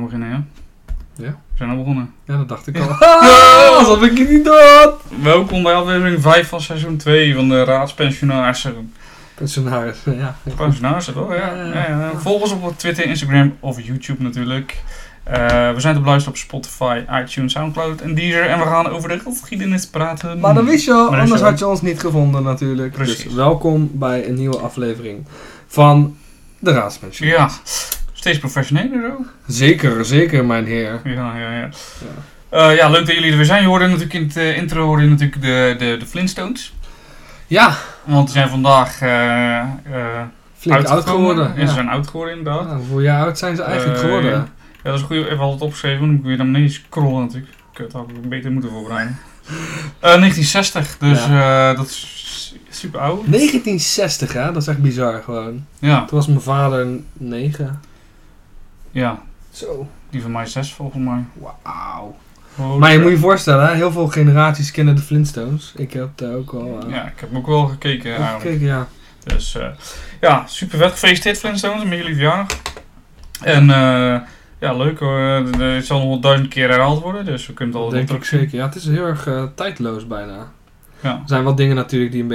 beginnen, ja. Ja? We zijn al begonnen. Ja, dat dacht ik al. Dat heb ik niet door. Welkom bij aflevering 5 van seizoen 2 van de Raadspensionarissen. Pensionarissen, ja. Pensionarissen, wel, ja. Ja. Volg ons op Twitter, Instagram of YouTube natuurlijk. We zijn te beluisteren op Spotify, iTunes, Soundcloud en Deezer. En we gaan over de geschiedenis praten. Maar dat wist je al, Maar anders is zo. had je ons niet gevonden natuurlijk. Precies. Dus welkom bij een nieuwe aflevering van de Raadspension. Ja, steeds professioneler ook. Zeker mijn heer. Ja, leuk dat jullie er weer zijn. Je hoorde natuurlijk in het intro de Flintstones. Ja, Want die zijn vandaag flink oud geworden. Ja, ze zijn oud geworden inderdaad. Ja, hoeveel jaar oud zijn ze eigenlijk geworden? Ja, dat is een goede. Even altijd opgeschreven, dan moet ik weer naar beneden scrollen natuurlijk. Ik had het beter moeten voorbereiden. 1960, dus dat is super oud. 1960, hè? Dat is echt bizar gewoon. Ja, Toen was mijn vader 9. ja, Zo. die van mij 6 volgens mij. Wauw. Holy Maar je crap. moet je voorstellen, hè? Heel veel generaties kennen de Flintstones. Ik heb daar ook al Ja, ik heb ook wel gekeken eigenlijk. gekeken, ja. Dus ja, super vet. Gefeliciteerd Flintstones met jullie verjaardag. En ja, leuk hoor. Het zal nog wel 1000 keer herhaald worden, dus we kunnen het Dat al denk ik zeker. Ja, het is heel erg tijdloos bijna. Ja. Er zijn wel dingen natuurlijk die een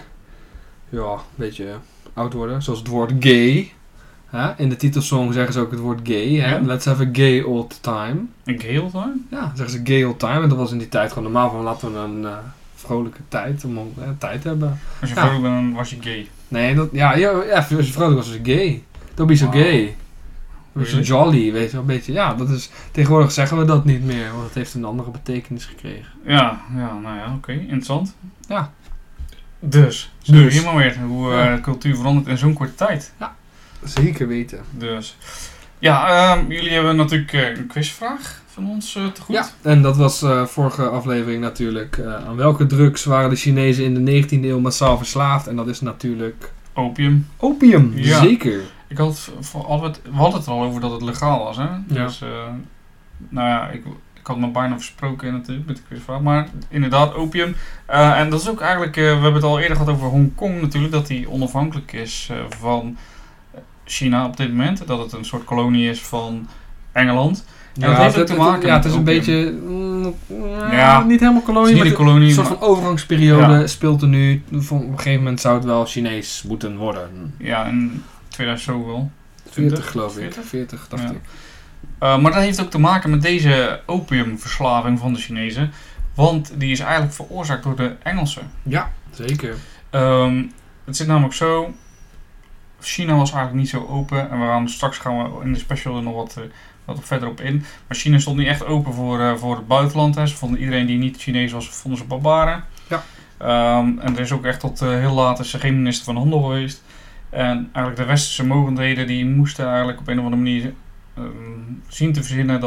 beetje oud worden. Zoals het woord gay. Hè? In de titelsong zeggen ze ook het woord gay. Hè? Ja. Let's have a gay old time. Een geheel time? Ja, zeggen ze gay old time. En dat was in die tijd gewoon normaal van laten we een vrolijke tijd om tijd te hebben. Als je Ja. vrolijk bent, dan was je gay. Nee, als je vrolijk was, was je gay. Don't be so Wow. gay. Don't be so Really? jolly, weet je wel. Een beetje, ja, dat is, tegenwoordig zeggen we dat niet meer. Want het heeft een andere betekenis gekregen. Ja, nou ja, oké, interessant. Ja. Dus, hier maar weer hoe de cultuur verandert in zo'n korte tijd. Zeker weten. Dus, ja, jullie hebben natuurlijk een quizvraag van ons te goed. Ja, en dat was vorige aflevering natuurlijk. Aan welke drugs waren de Chinezen in de 19e eeuw massaal verslaafd? En dat is natuurlijk Opium. opium. Ja. Zeker. We hadden het er al over dat het legaal was, hè? Ja. Dus, nou ja, ik had me bijna versproken natuurlijk met de quizvraag. Maar inderdaad, opium. En dat is ook eigenlijk, we hebben het al eerder gehad over Hongkong natuurlijk, dat die onafhankelijk is van China op dit moment. Dat het een soort kolonie is van Engeland. En dat heeft ook te maken ja, met het is een opium. beetje... Ja, niet helemaal kolonie, Het is niet maar een kolonie, een soort maar, van overgangsperiode Ja. speelt er nu. Op een gegeven moment zou het wel Chinees moeten worden. ja, in 2000 zoveel. 40 geloof ik. 40? 40 dacht Ja. ik. Maar dat heeft ook te maken met deze opiumverslaving van de Chinezen. Want die is eigenlijk veroorzaakt door de Engelsen. Ja, zeker. Het zit namelijk zo. China was eigenlijk niet zo open. En straks gaan we in de special er nog wat verder op in. Maar China stond niet echt open voor het buitenland. Hè. Ze vonden iedereen die niet Chinees was, vonden ze barbaren. Ja. En er is ook echt tot heel laat is er geen minister van Handel geweest. En eigenlijk de westerse mogendheden die moesten eigenlijk op een of andere manier zien te verzinnen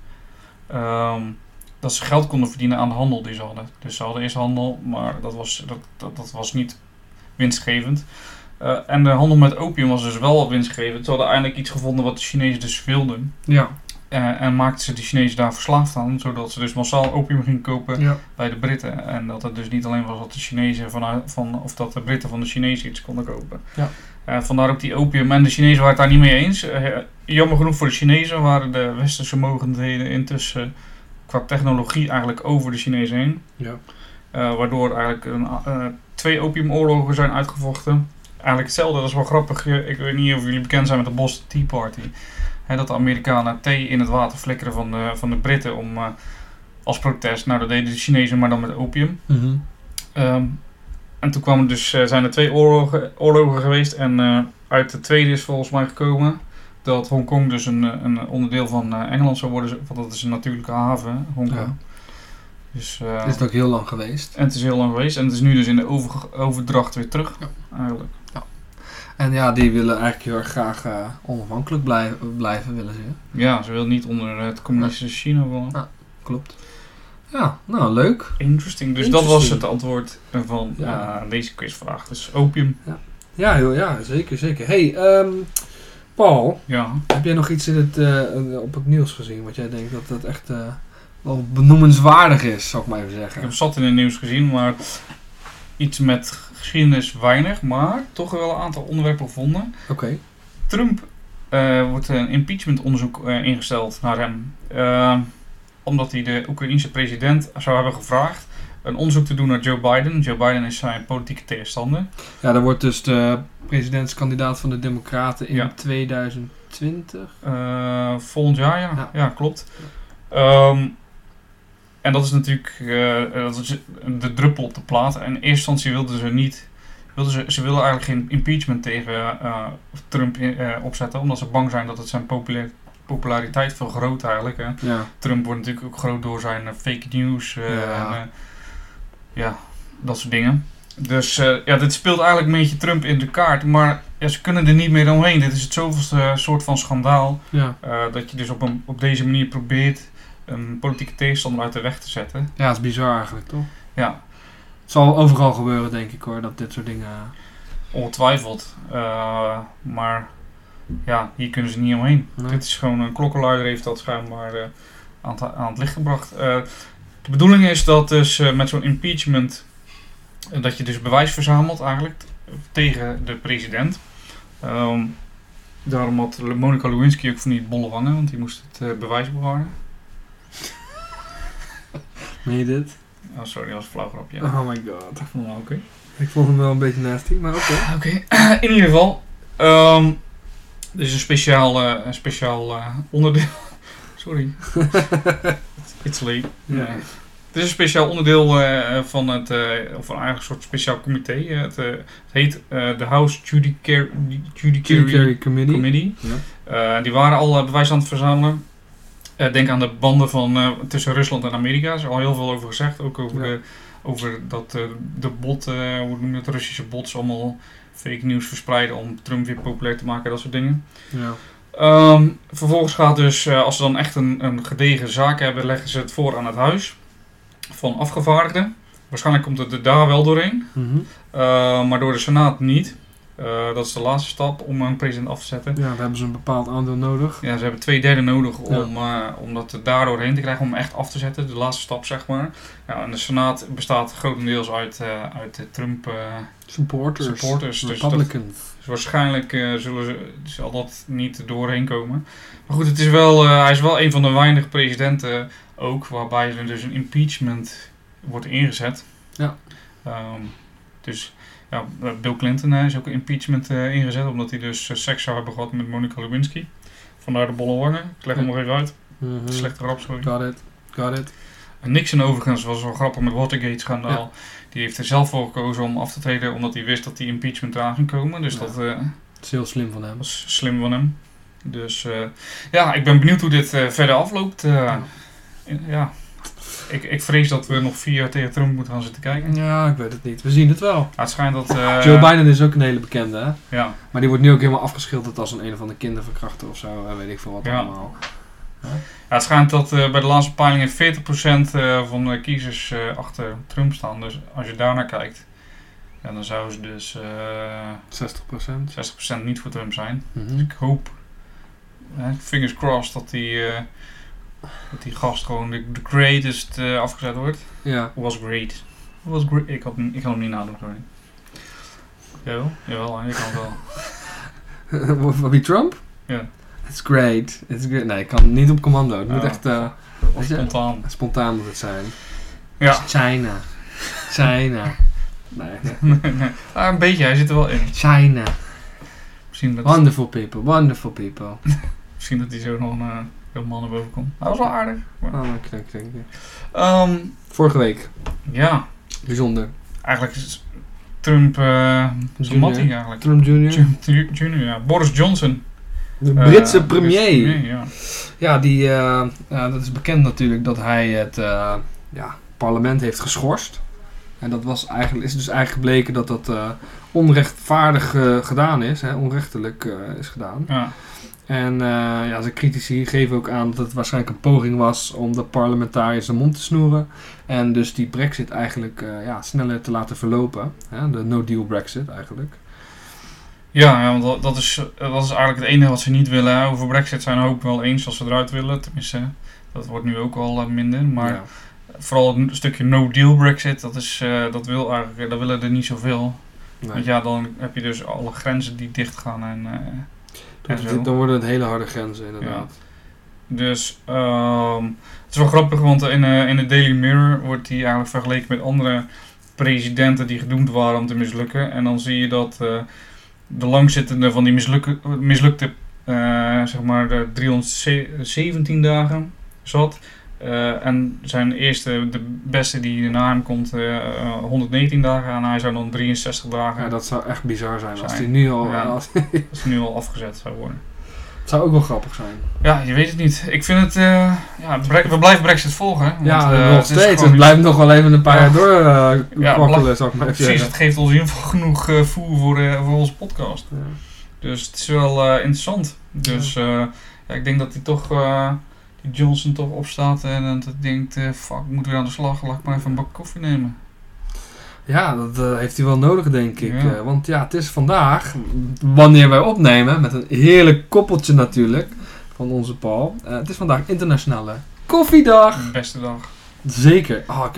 dat ze geld konden verdienen aan de handel die ze hadden. Dus ze hadden eerst handel, maar dat was niet winstgevend. En de handel met opium was dus wel winstgevend. Ze hadden eindelijk iets gevonden wat de Chinezen dus wilden. Ja. En maakten ze de Chinezen daar verslaafd aan, zodat ze dus massaal opium gingen kopen Ja. bij de Britten. En dat het dus niet alleen was dat de Chinezen of dat de Britten van de Chinezen iets konden kopen. Ja. Vandaar ook die opium. En de Chinezen waren het daar niet mee eens. Jammer genoeg voor de Chinezen waren de westerse mogendheden intussen qua technologie eigenlijk over de Chinezen heen. Ja. Waardoor eigenlijk 2 opiumoorlogen zijn uitgevochten. Eigenlijk hetzelfde, dat is wel grappig. Ik weet niet of jullie bekend zijn met de Boston Tea Party. Dat de Amerikanen thee in het water flikkeren van de Britten als protest. Nou, dat deden de Chinezen, maar dan met opium. Mhm. En toen zijn er 2 oorlogen geweest. En uit de tweede is volgens mij gekomen dat Hongkong dus een onderdeel van Engeland zou worden. Want dat is een natuurlijke haven, Hongkong. Ja. Dus, Het is ook heel lang geweest. en het is heel lang geweest. En het is nu dus in de overdracht weer terug. Ja. Eigenlijk. En ja, die willen eigenlijk heel erg graag onafhankelijk blijven willen ze. Ja, ze wil niet onder het communistische China vallen. Klopt. Ja, nou leuk. Interesting. Dus dat Interesting. was het antwoord van Ja. deze quizvraag. Dus opium. Ja, zeker. Hey, Paul, Ja. heb jij nog iets op het nieuws gezien wat jij denkt dat dat echt wel benoemenswaardig is, zou ik maar even Ik zeggen? heb zat in het nieuws gezien, maar iets met geschiedenis weinig. Maar toch wel een aantal onderwerpen gevonden. Oké. Trump wordt een impeachment onderzoek ingesteld naar hem. Omdat hij de Oekraïense president zou hebben gevraagd een onderzoek te doen naar Joe Biden. Joe Biden is zijn politieke tegenstander. Ja, daar wordt dus de presidentskandidaat van de Democraten in 2020. Volgend jaar, ja klopt. En dat is natuurlijk dat is de druppel op de plaat. En in eerste instantie wilden ze niet... Ze wilden eigenlijk geen impeachment tegen Trump opzetten, omdat ze bang zijn dat het zijn populariteit vergroot eigenlijk. Hè. Ja. Trump wordt natuurlijk ook groot door zijn fake news en dat soort dingen. Dus dit speelt eigenlijk een beetje Trump in de kaart, maar ze kunnen er niet meer omheen. Dit is het zoveelste soort van schandaal dat je dus op deze manier probeert een politieke tegenstander uit de weg te zetten. Ja, dat is bizar eigenlijk, toch? Ja. Het zal overal gebeuren, denk ik hoor, dat dit soort dingen... Ongetwijfeld. Maar ja, hier kunnen ze niet omheen. Nee. Dit is gewoon een klokkenluider heeft dat schijnbaar aan het licht gebracht. De bedoeling is dat dus met zo'n impeachment dat je dus bewijs verzamelt eigenlijk tegen de president. Daarom had Monica Lewinsky ook van die bolle wangen, want die moest het bewijs bewaren. Meen je dit? Oh sorry, dat was een flauw grapje. Oh my god. Ik vond hem oké. Ik vond hem wel een beetje nasty, maar oké. Oké. In ieder geval, er is een speciaal onderdeel. Sorry. It's late. Ja. Het is een speciaal onderdeel van het, of eigenlijk een soort speciaal comité. Het heet de House Judiciary Committee. Ja. Die waren al bewijs aan het verzamelen. Denk aan de banden tussen Rusland en Amerika. Er is al heel veel over gezegd. Ook over dat de bot, hoe noem je het, Russische bots allemaal fake nieuws verspreiden om Trump weer populair te maken, dat soort dingen. Ja. Vervolgens gaat dus, als ze dan echt een gedegen zaak hebben, leggen ze het voor aan het huis van afgevaardigden. Waarschijnlijk komt het er daar wel doorheen, maar door de Senaat niet. Dat is de laatste stap om een president af te zetten. Ja, daar hebben ze een bepaald aandeel nodig. Ja, ze hebben 2/3 nodig om dat er daardoor heen te krijgen, om hem echt af te zetten. De laatste stap, zeg maar. Ja, en de Senaat bestaat grotendeels uit de Trump supporters. Republicans. Dus waarschijnlijk zal dat niet doorheen komen. Maar goed, hij is wel een van de weinige presidenten ook, waarbij er dus een impeachment wordt ingezet. Ja. Dus ja, Bill Clinton is ook een impeachment ingezet, omdat hij dus seks zou hebben gehad met Monica Lewinsky. Vandaar de bolle wangen. Ik leg hem nog even uit. Slechte grap, sorry. Got it. En Nixon overigens was wel grappig met Watergate-schandaal. Ja. Die heeft er zelf voor gekozen om af te treden, omdat hij wist dat die impeachment eraan ging komen. Dus dat is heel slim van hem. Was slim van hem. Dus ik ben benieuwd hoe dit verder afloopt. Ja. Ik vrees dat we nog 4 jaar tegen Trump moeten gaan zitten kijken. Ja, ik weet het niet. We zien het wel. Het schijnt dat... Joe Biden is ook een hele bekende, hè? Ja. Maar die wordt nu ook helemaal afgeschilderd als een of andere kinderverkrachter of zo. En weet ik veel wat allemaal. Ja, het schijnt dat bij de laatste peilingen 40% van de kiezers achter Trump staan. Dus als je daarnaar kijkt, dan zouden ze dus 60% niet voor Trump zijn. Dus ik hoop, fingers crossed, dat die gast gewoon de greatest afgezet wordt. Ja. Was great. Ik kan hem niet nadoen, sorry. Jawel, je kan het wel. Wie, Trump? Ja. It's great. Nee, ik kan niet op commando. Het moet echt... spontaan. Spontaan moet het zijn. Ja. China. Nee. Een beetje, hij zit er wel in. China. Misschien wonderful people. Misschien dat hij zo nog een man naar boven komt. Dat was wel aardig. Maar... kijk. Vorige week. Ja. Bijzonder. Eigenlijk is Trump Mattie eigenlijk. Trump Jr. Ja. Boris Johnson. De Britse premier. Ja, dat is bekend natuurlijk dat hij het parlement heeft geschorst. En dat is dus eigenlijk gebleken dat dat onrechtvaardig gedaan is. Onrechtelijk is gedaan. Ja. En zijn critici geven ook aan dat het waarschijnlijk een poging was om de parlementariërs de mond te snoeren. En dus die Brexit eigenlijk sneller te laten verlopen. De no-deal Brexit eigenlijk. Ja, want dat is eigenlijk het enige wat ze niet willen. Over Brexit zijn een hoop wel eens als ze eruit willen. Tenminste, dat wordt nu ook al minder. Maar vooral een stukje no-deal Brexit, dat willen er niet zoveel. Nee. Want dan heb je dus alle grenzen die dicht gaan. En Dan worden het hele harde grenzen inderdaad. Ja. Dus het is wel grappig, want in de Daily Mirror wordt hij eigenlijk vergeleken met andere presidenten die gedoemd waren om te mislukken. En dan zie je dat de langzittende van die mislukte zeg maar de 317 dagen zat. En zijn eerste, de beste die na hem komt, 119 dagen en hij zou dan 63 dagen. Ja, dat zou echt bizar zijn als hij nu al, als hij nu al afgezet zou worden. Het zou ook wel grappig zijn. Ja, je weet het niet. Ik vind het, we blijven Brexit volgen. Want, nog steeds. Het blijft nog wel even een paar jaar door zou ik maar precies, zeggen. het geeft ons in ieder geval genoeg voer voor onze podcast. Ja. Dus het is wel interessant. Dus ik denk dat hij toch... die Johnson toch opstaat en dat denkt, fuck, moeten we aan de slag? Laat ik maar even een bak koffie nemen. Ja, dat heeft hij wel nodig, denk ik. Ja. Want het is vandaag, wanneer wij opnemen, met een heerlijk koppeltje natuurlijk, van onze Paul. Het is vandaag internationale koffiedag. De beste dag. Zeker.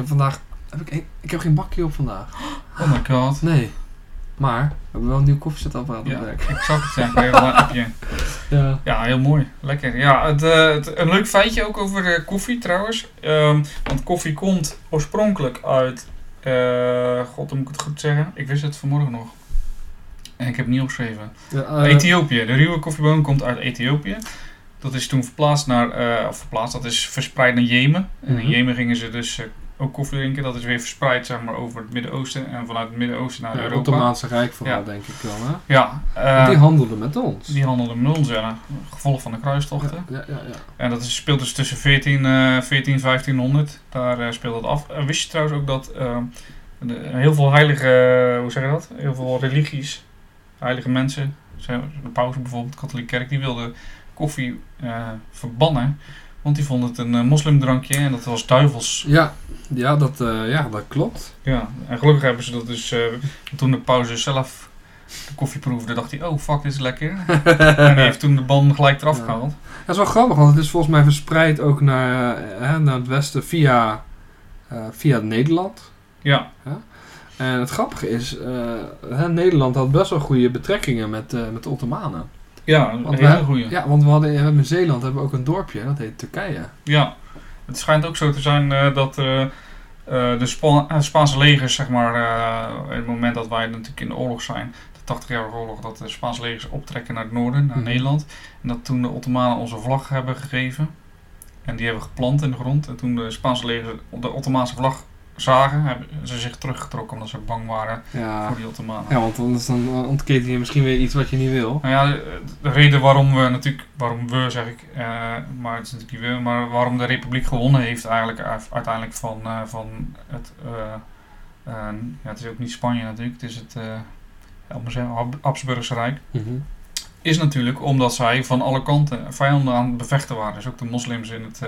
Ik heb geen bakje op vandaag. Oh my god. Nee. Maar, we hebben wel een nieuw koffiezetapparaat op werk. Ik zag het zeggen, even een appje. Ja, heel mooi. Lekker. Ja, een leuk feitje ook over koffie trouwens. Want koffie komt oorspronkelijk uit... God, dan moet ik het goed zeggen. Ik wist het vanmorgen nog. En ik heb het niet opgeschreven. Ethiopië. De ruwe koffieboon komt uit Ethiopië. Dat is toen verplaatst dat is verspreid naar Jemen. En in Jemen gingen ze dus... ook koffie drinken, dat is weer verspreid zeg maar over het Midden-Oosten en vanuit het Midden-Oosten naar Europa. Het Ottomaanse Rijk vooral denk ik wel, hè? Ja. Die handelden met ons. Die handelden met ons, ja. Gevolg van de kruistochten. Ja. En dat speelt dus tussen 1500. Daar speelt het af. Wist je trouwens ook dat heel veel heilige, hoe zeg je dat? Heel veel religies, heilige mensen, de paus bijvoorbeeld, de katholieke kerk, die wilden koffie verbannen. Want die vonden het een moslimdrankje en dat was duivels. Ja, dat klopt. Ja, en gelukkig hebben ze dat dus... toen de paus zelf de koffie proefde, dacht hij... Oh, fuck, dit is lekker. En die heeft toen de ban gelijk eraf gehaald. Dat is wel grappig, want het is volgens mij verspreid ook naar het westen via Nederland. Ja. En het grappige is... Nederland had best wel goede betrekkingen met de Ottomanen. Ja, een hele goeie. Ja, want we hebben in Zeeland ook een dorpje, dat heet Turkije. Ja, het schijnt ook zo te zijn dat de Spaanse legers, zeg maar, in het moment dat wij natuurlijk in de oorlog zijn, de 80-jarige oorlog, dat de Spaanse legers optrekken naar het noorden, naar Nederland. En dat toen de Ottomanen onze vlag hebben gegeven. En die hebben geplant in de grond. En toen de Spaanse legers de Ottomaanse vlag zagen, hebben ze zich teruggetrokken omdat ze bang waren voor die Ottomanen. Ja, want anders dan ontketen je misschien weer iets wat je niet wil. Nou ja, de reden waarom we natuurlijk, maar het is natuurlijk niet we, maar waarom de Republiek gewonnen heeft eigenlijk uiteindelijk van het, het is ook niet Spanje natuurlijk, het is het Habsburgse Rijk. Is natuurlijk omdat zij van alle kanten vijanden aan het bevechten waren. Dus ook de moslims in het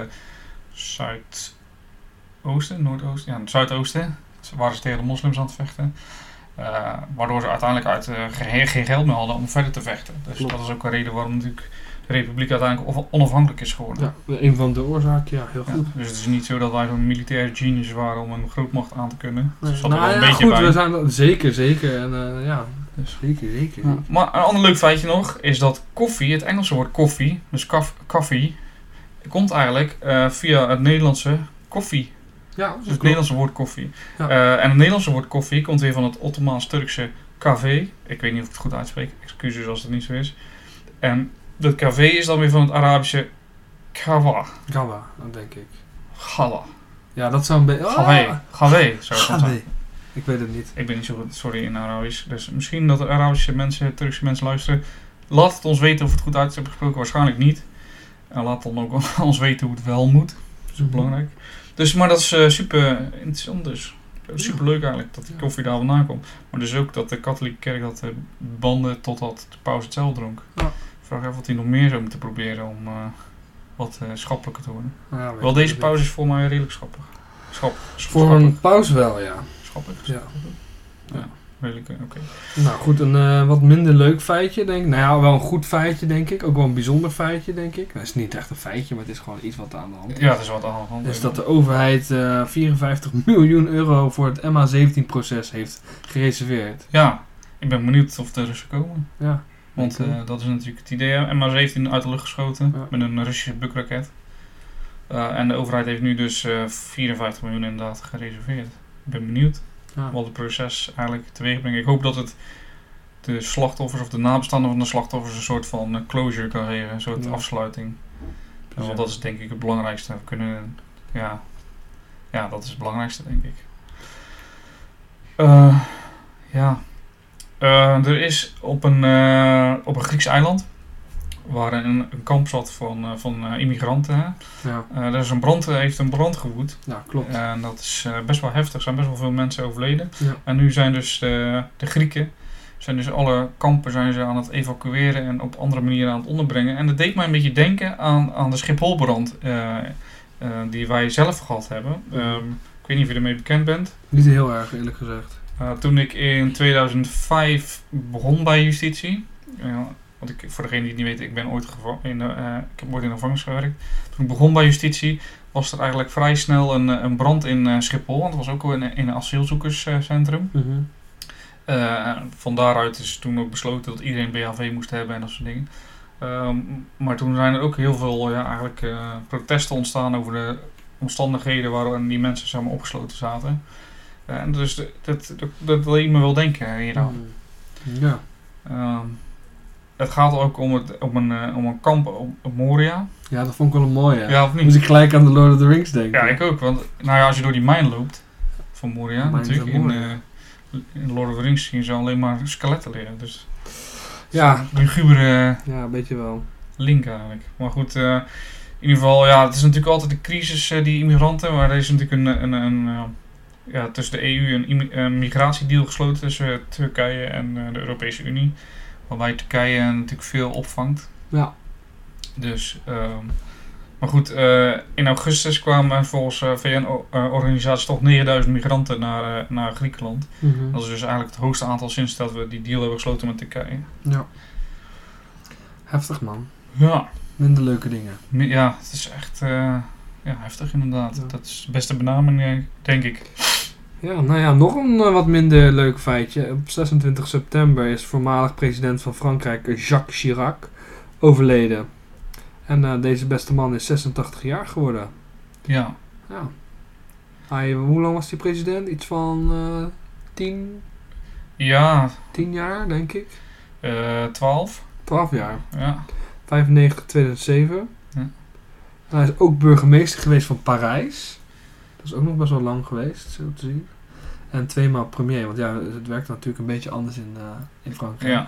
Noordoosten, het Zuidoosten. Waren ze tegen de moslims aan het vechten. Waardoor ze uiteindelijk geen geld meer hadden om verder te vechten. Dus dat is ook een reden waarom natuurlijk de Republiek uiteindelijk onafhankelijk is geworden. Ja, een van de oorzaken, heel goed. Dus het is niet zo dat wij zo'n militair genius waren om een grootmacht aan te kunnen. Nee, zat er wel een beetje bij. We zijn dat zeker. En dus zeker. Ja. Maar een ander leuk feitje nog is dat koffie, het Engelse woord koffie, dus koffie, komt eigenlijk via het Nederlandse koffie. Ja, dus het Nederlandse woord koffie. Ja. En het Nederlandse woord koffie komt weer van het Ottomaans-Turkse café. Ik weet niet of ik het goed uitspreek. Excuses als het niet zo is. En dat café is dan weer van het Arabische kawa. Gawa, denk ik. Gawa. Ja, dat zou een beetje... Gawe, zou het zijn. Ik weet het niet. Ik ben niet zo goed, sorry, in Arabisch. Dus misschien dat de Arabische mensen, Turkse mensen luisteren. Laat het ons weten of we het goed uit hebben gesproken. Waarschijnlijk niet. En laat dan ook ons weten hoe het wel moet. Dat is belangrijk. Dus, maar dat is super interessant dus. Super leuk eigenlijk dat die koffie daar vandaan komt. Maar dus ook dat de katholieke kerk dat banden totdat de paus het zelf dronk. Ja. Ik vraag even wat hij nog meer zou moeten proberen om wat schappelijker te worden. Ja, wel deze paus is voor mij redelijk schappig. Voor een paus wel, ja. Schappig? Ja. Redelijk, oké. Nou goed, een wat minder leuk feitje denk ik. Nou ja, wel een goed feitje denk ik. Ook wel een bijzonder feitje denk ik. Het is niet echt een feitje, maar het is gewoon iets wat aan de hand is. Ja, het is wat aan de hand. Dus dat de overheid 54 miljoen euro voor het MH17-proces heeft gereserveerd. Ja, ik ben benieuwd of er Russen komen. Ja. Want dat is natuurlijk het idee. MH17 uit de lucht geschoten met een Russische bukraket. En de overheid heeft nu dus 54 miljoen inderdaad gereserveerd. Ik ben benieuwd wat het proces eigenlijk teweeg brengt. Ik hoop dat het de slachtoffers of de nabestaanden van de slachtoffers een soort van closure kan geven. Een soort afsluiting. Want dat is denk ik het belangrijkste. We kunnen, dat is het belangrijkste denk ik. Er is op een Grieks eiland, waar een kamp zat van immigranten. Er is heeft een brand gewoed. Ja, klopt. En dat is best wel heftig. Er zijn best wel veel mensen overleden. Ja. En nu zijn dus de Grieken, zijn dus alle kampen zijn ze aan het evacueren en op andere manieren aan het onderbrengen. En dat deed mij een beetje denken aan de Schipholbrand die wij zelf gehad hebben. Ik weet niet of je ermee bekend bent. Niet heel erg, eerlijk gezegd. Toen ik in 2005 begon bij justitie, want voor degene die het niet weet, ik ben ooit ik heb ooit in de gevangenis gewerkt. Toen ik begon bij justitie was er eigenlijk vrij snel een brand in Schiphol, want het was ook in een asielzoekerscentrum. Van daaruit is toen ook besloten dat iedereen BHV moest hebben en dat soort dingen. Maar toen zijn er ook heel veel protesten ontstaan over de omstandigheden waarin die mensen samen opgesloten zaten. En dus dat leek me wel denken hieraan. Ja. Het gaat ook om een kamp op Moria. Ja, dat vond ik wel een mooie. Ja, of niet? Moest ik gelijk aan de Lord of the Rings denken. Ja, ik ook. Want als je door die mijn loopt van Moria, natuurlijk, in Lord of the Rings zien ze alleen maar skeletten liggen. Dus ja. Lugubere een beetje wel. Link eigenlijk. Maar goed, in ieder geval, het is natuurlijk altijd de crisis, die immigranten. Maar er is natuurlijk tussen de EU een migratiedeal gesloten tussen Turkije en de Europese Unie. Waarbij Turkije natuurlijk veel opvangt. Ja. Dus, maar goed, in augustus kwamen volgens VN-organisaties toch 9000 migranten naar Griekenland. Dat is dus eigenlijk het hoogste aantal sinds dat we die deal hebben gesloten met Turkije. Ja. Heftig man. Ja. Minder leuke dingen. Ja, het is echt heftig inderdaad. Ja. Dat is de beste benaming, denk ik. Ja, nog een wat minder leuk feitje. Op 26 september is voormalig president van Frankrijk Jacques Chirac overleden. En deze beste man is 86 jaar geworden. Ja. Hoe lang was hij president? Iets van 10? Ja. 10 jaar, denk ik. 12. 12 jaar. Ja. 95, 2007. Ja. Hij is ook burgemeester geweest van Parijs. Dat is ook nog best wel lang geweest, zo te zien. En 2 maal premier, want het werkt natuurlijk een beetje anders in Frankrijk.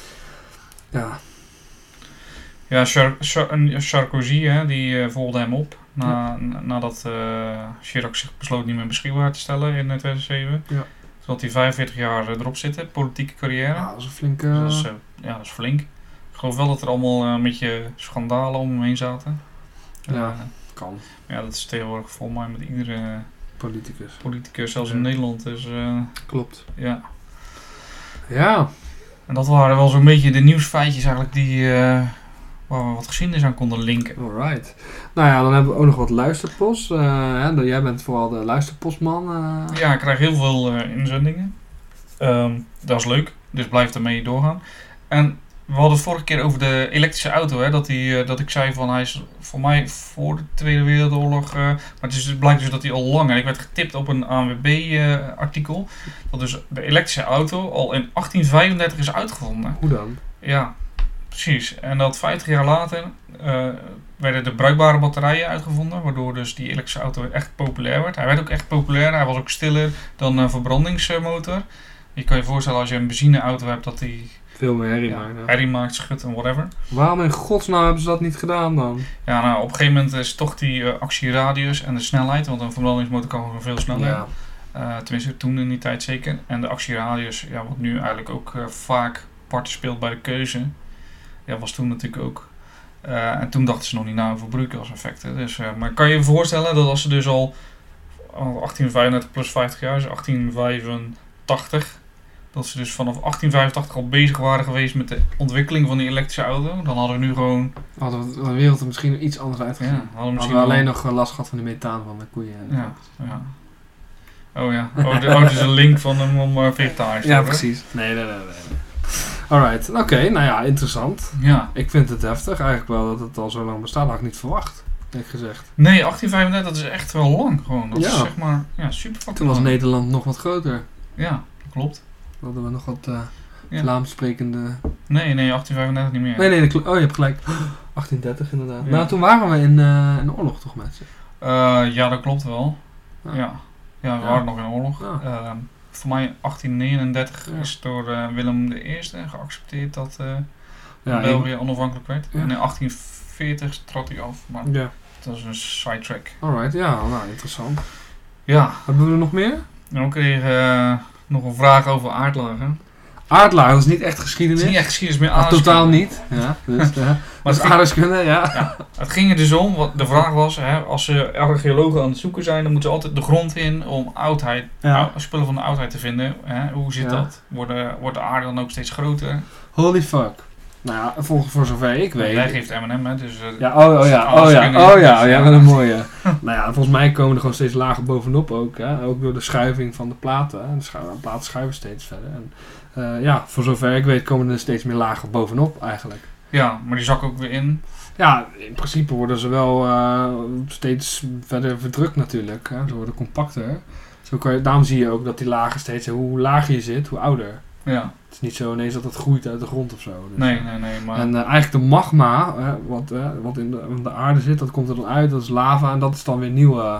Ja, Sarkozy, die volgde hem op nadat Chirac zich besloot niet meer beschikbaar te stellen in 2007. Ja. Toen had hij 45 jaar erop zitten, politieke carrière. Ja, dat is een flinke... dat is flink. Ik geloof wel dat er allemaal een beetje schandalen om hem heen zaten. Ja, kan. Ja, dat is tegenwoordig volgens mij met iedere politicus, zelfs in Nederland. Dus, klopt. Ja. Ja. En dat waren wel zo'n beetje de nieuwsfeitjes eigenlijk die... waar we wat geschiedenis aan konden linken. Alright. Nou ja, dan hebben we ook nog wat luisterpost. Jij bent vooral de luisterpostman. Ja, ik krijg heel veel inzendingen. Dat is leuk, dus blijf ermee doorgaan. En we hadden het vorige keer over de elektrische auto. Hè, dat ik zei van hij is voor mij voor de Tweede Wereldoorlog. Maar het blijkt dus dat hij al langer. Ik werd getipt op een ANWB-artikel. Dat dus de elektrische auto al in 1835 is uitgevonden. Hoe dan? Ja. Precies, en dat 50 jaar later werden de bruikbare batterijen uitgevonden, waardoor dus die elektrische auto echt populair werd. Hij werd ook echt populair, hij was ook stiller dan een verbrandingsmotor. Je kan je voorstellen als je een benzineauto hebt dat die veel meer herrie maakt. Herrie maakt, schudt en whatever. Waarom in godsnaam hebben ze dat niet gedaan dan? Ja, op een gegeven moment is toch die actieradius en de snelheid, want een verbrandingsmotor kan gewoon veel sneller. Ja. Tenminste toen in die tijd zeker. En de actieradius, wat nu eigenlijk ook vaak parten speelt bij de keuze. Ja, was toen natuurlijk ook. En toen dachten ze nog niet na over broeikaseffecten. Dus, maar kan je je voorstellen dat als ze dus al 1835 plus 50 jaar, dus 1885, dat ze dus vanaf 1885 al bezig waren geweest met de ontwikkeling van die elektrische auto, dan hadden we nu gewoon... Hadden we de wereld er misschien iets anders uitgezien. Ja, hadden we alleen nog last gehad van de methaan van de koeien. Ja. Oh ja. Het is een link van hem om vegetarisch te worden. Ja, precies. Nee. Alright, oké, nou ja, interessant. Ja. Ik vind het heftig eigenlijk wel dat het al zo lang bestaat. Dat had ik niet verwacht, eerlijk gezegd. Nee, 1835, dat is echt wel lang gewoon. Dat Ja. is zeg maar, super fucking Toen was lang. Nederland nog wat groter. Ja, dat klopt. Dan hadden we nog wat Ja. Vlaams sprekende... Nee, 1835 niet meer. Nee, oh je hebt gelijk. 1830 inderdaad. Ja. Nou, toen waren we in oorlog toch met ze. Ja, dat klopt wel. Ja. Ja, we Ja. waren nog in oorlog. Ja. Voor mij 1839 Ja. is door Willem I geaccepteerd dat Ja, België onafhankelijk werd. Ja. En in 1840 trad hij af, maar ja. dat is een sidetrack. Alright, ja, nou, interessant. Ja, Hebben we er nog meer? en ook kreeg nog een vraag over aardlagen. Aardlagen, dat is niet echt Het geschiedenis. is niet echt geschiedenis meer. Ah, totaal aardrijkskunde. niet. Ja, dus, Maar dat het is ging, aardrijkskunde, ja. het ging er dus om, wat de vraag was, hè, als ze archeologen aan het zoeken zijn, dan moeten ze altijd de grond in om spullen van de oudheid te vinden. Hè. Hoe zit Ja. dat? Wordt de aarde dan ook steeds groter? Holy fuck. Nou ja, voor zover ik weet. Jij geeft M&M, hè, dus... Ja, oh ja, Ja. wat een mooie. Nou ja, volgens mij komen er gewoon steeds lager bovenop ook. Hè? Ook door de schuiving van de platen. Hè? De platen schuiven steeds verder. En ja, voor zover ik weet komen er steeds meer lager bovenop eigenlijk. Ja, maar die zakken ook weer in. Ja, in principe worden ze wel steeds verder verdrukt natuurlijk. Hè? Ze worden compacter. Daarom zie je ook dat die lagen steeds, hoe lager je zit, hoe ouder. Ja. Het is niet zo ineens dat het groeit uit de grond of zo. Dus, Nee, maar... En eigenlijk de magma, wat in de aarde zit, dat komt er dan uit, dat is lava en dat is dan weer nieuwe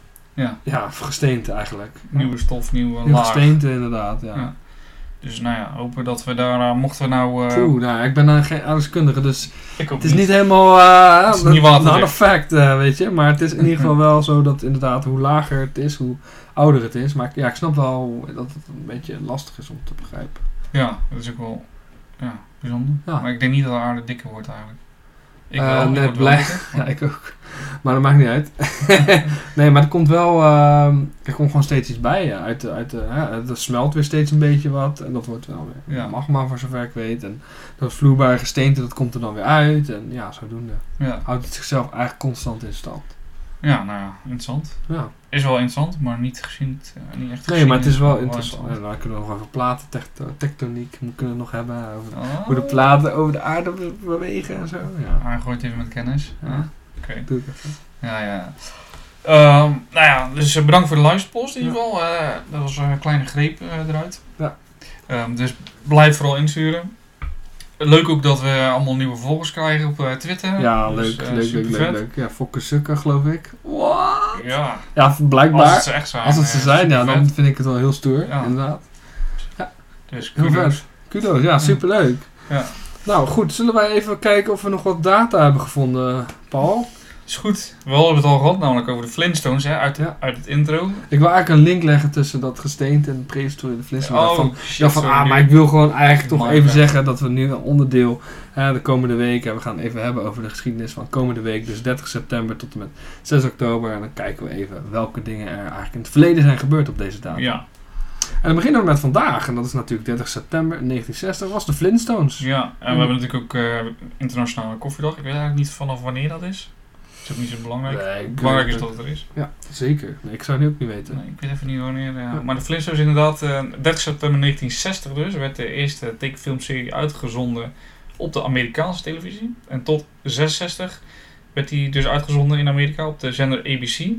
gesteente eigenlijk. Nieuwe stof, nieuwe Nieuwe laag. gesteente inderdaad, ja. Ja. Dus nou ja, hopen dat we daar, mochten we nou... Nou, ik ben geen aardrijkskundige, dus ik ook het is niet helemaal het is niet waterdicht. not a fact, weet je. Maar het is in ieder geval wel zo dat inderdaad hoe lager het is, hoe ouder het is. Maar ja, ik snap wel dat het een beetje lastig is om te begrijpen. Ja, dat is ook wel bijzonder. Ja. Maar ik denk niet dat de aarde dikker wordt eigenlijk. Ik Net word wel blij. dikker, Ja, maar- ik ook. Maar dat maakt niet uit. Nee, maar er komt wel... er komt gewoon steeds iets bij. Er smelt weer steeds een beetje wat. En dat wordt wel weer Ja. magma voor zover ik weet. En dat vloeibare gesteente, dat komt er dan weer uit. En ja, zodoende Ja. houdt het zichzelf eigenlijk constant in stand. Ja, nou ja, interessant. Ja. Is wel interessant, maar niet gezien, niet echt Nee, maar het is wel gezien- interessant. En dan kunnen we nog over platen, tektoniek kunnen we nog hebben. Over Oh. hoe de platen over de aarde bewegen en zo. Ja, Aangooit even met kennis. Ja. Ja. Oké. doe ik even. Ja. Nou ja, dus bedankt voor de luisterpost in ieder geval. Dat was een kleine greep eruit. Ja. Dus blijf vooral insturen. Leuk ook dat we allemaal nieuwe volgers krijgen op Twitter. Ja, Dus, leuk. supervet. Ja, fokken sukken, geloof ik. What? Ja, Ja, als blijkbaar. het ze echt zijn. Als het ze zijn, ja, dan supervet. vind ik het wel heel stoer, Ja. inderdaad. Dus Heel kudos. vet. Kudos, ja, superleuk. Ja. Nou goed, zullen wij even kijken of we nog wat data hebben gevonden, Paul? Is goed. We hebben het al gehad, namelijk over de Flintstones uit het intro. Ik wil eigenlijk een link leggen tussen dat gesteente en de prehistorie de Flintstones. Shit, sorry. Maar ik wil gewoon eigenlijk toch Maar, even ja. zeggen dat we nu een onderdeel de komende week, we gaan even hebben over de geschiedenis van komende week, dus 30 september tot en met 6 oktober. En dan kijken we even welke dingen er eigenlijk in het verleden zijn gebeurd op deze datum. Ja. En dan beginnen we met vandaag, en dat is natuurlijk 30 september 1960, was de Flintstones. Ja, en we hebben natuurlijk ook Internationale Koffiedag. Ik weet eigenlijk niet vanaf wanneer dat is. Dat is ook niet zo belangrijk. Nee, Belangrijk is dat het er is. Ja, zeker. Nee, ik zou het nu ook niet weten. Nee, ik weet even niet wanneer. Maar de Flintstones inderdaad, 30 september 1960 dus, werd de eerste tekenfilmserie uitgezonden op de Amerikaanse televisie. En tot 66 werd die dus uitgezonden in Amerika op de zender ABC.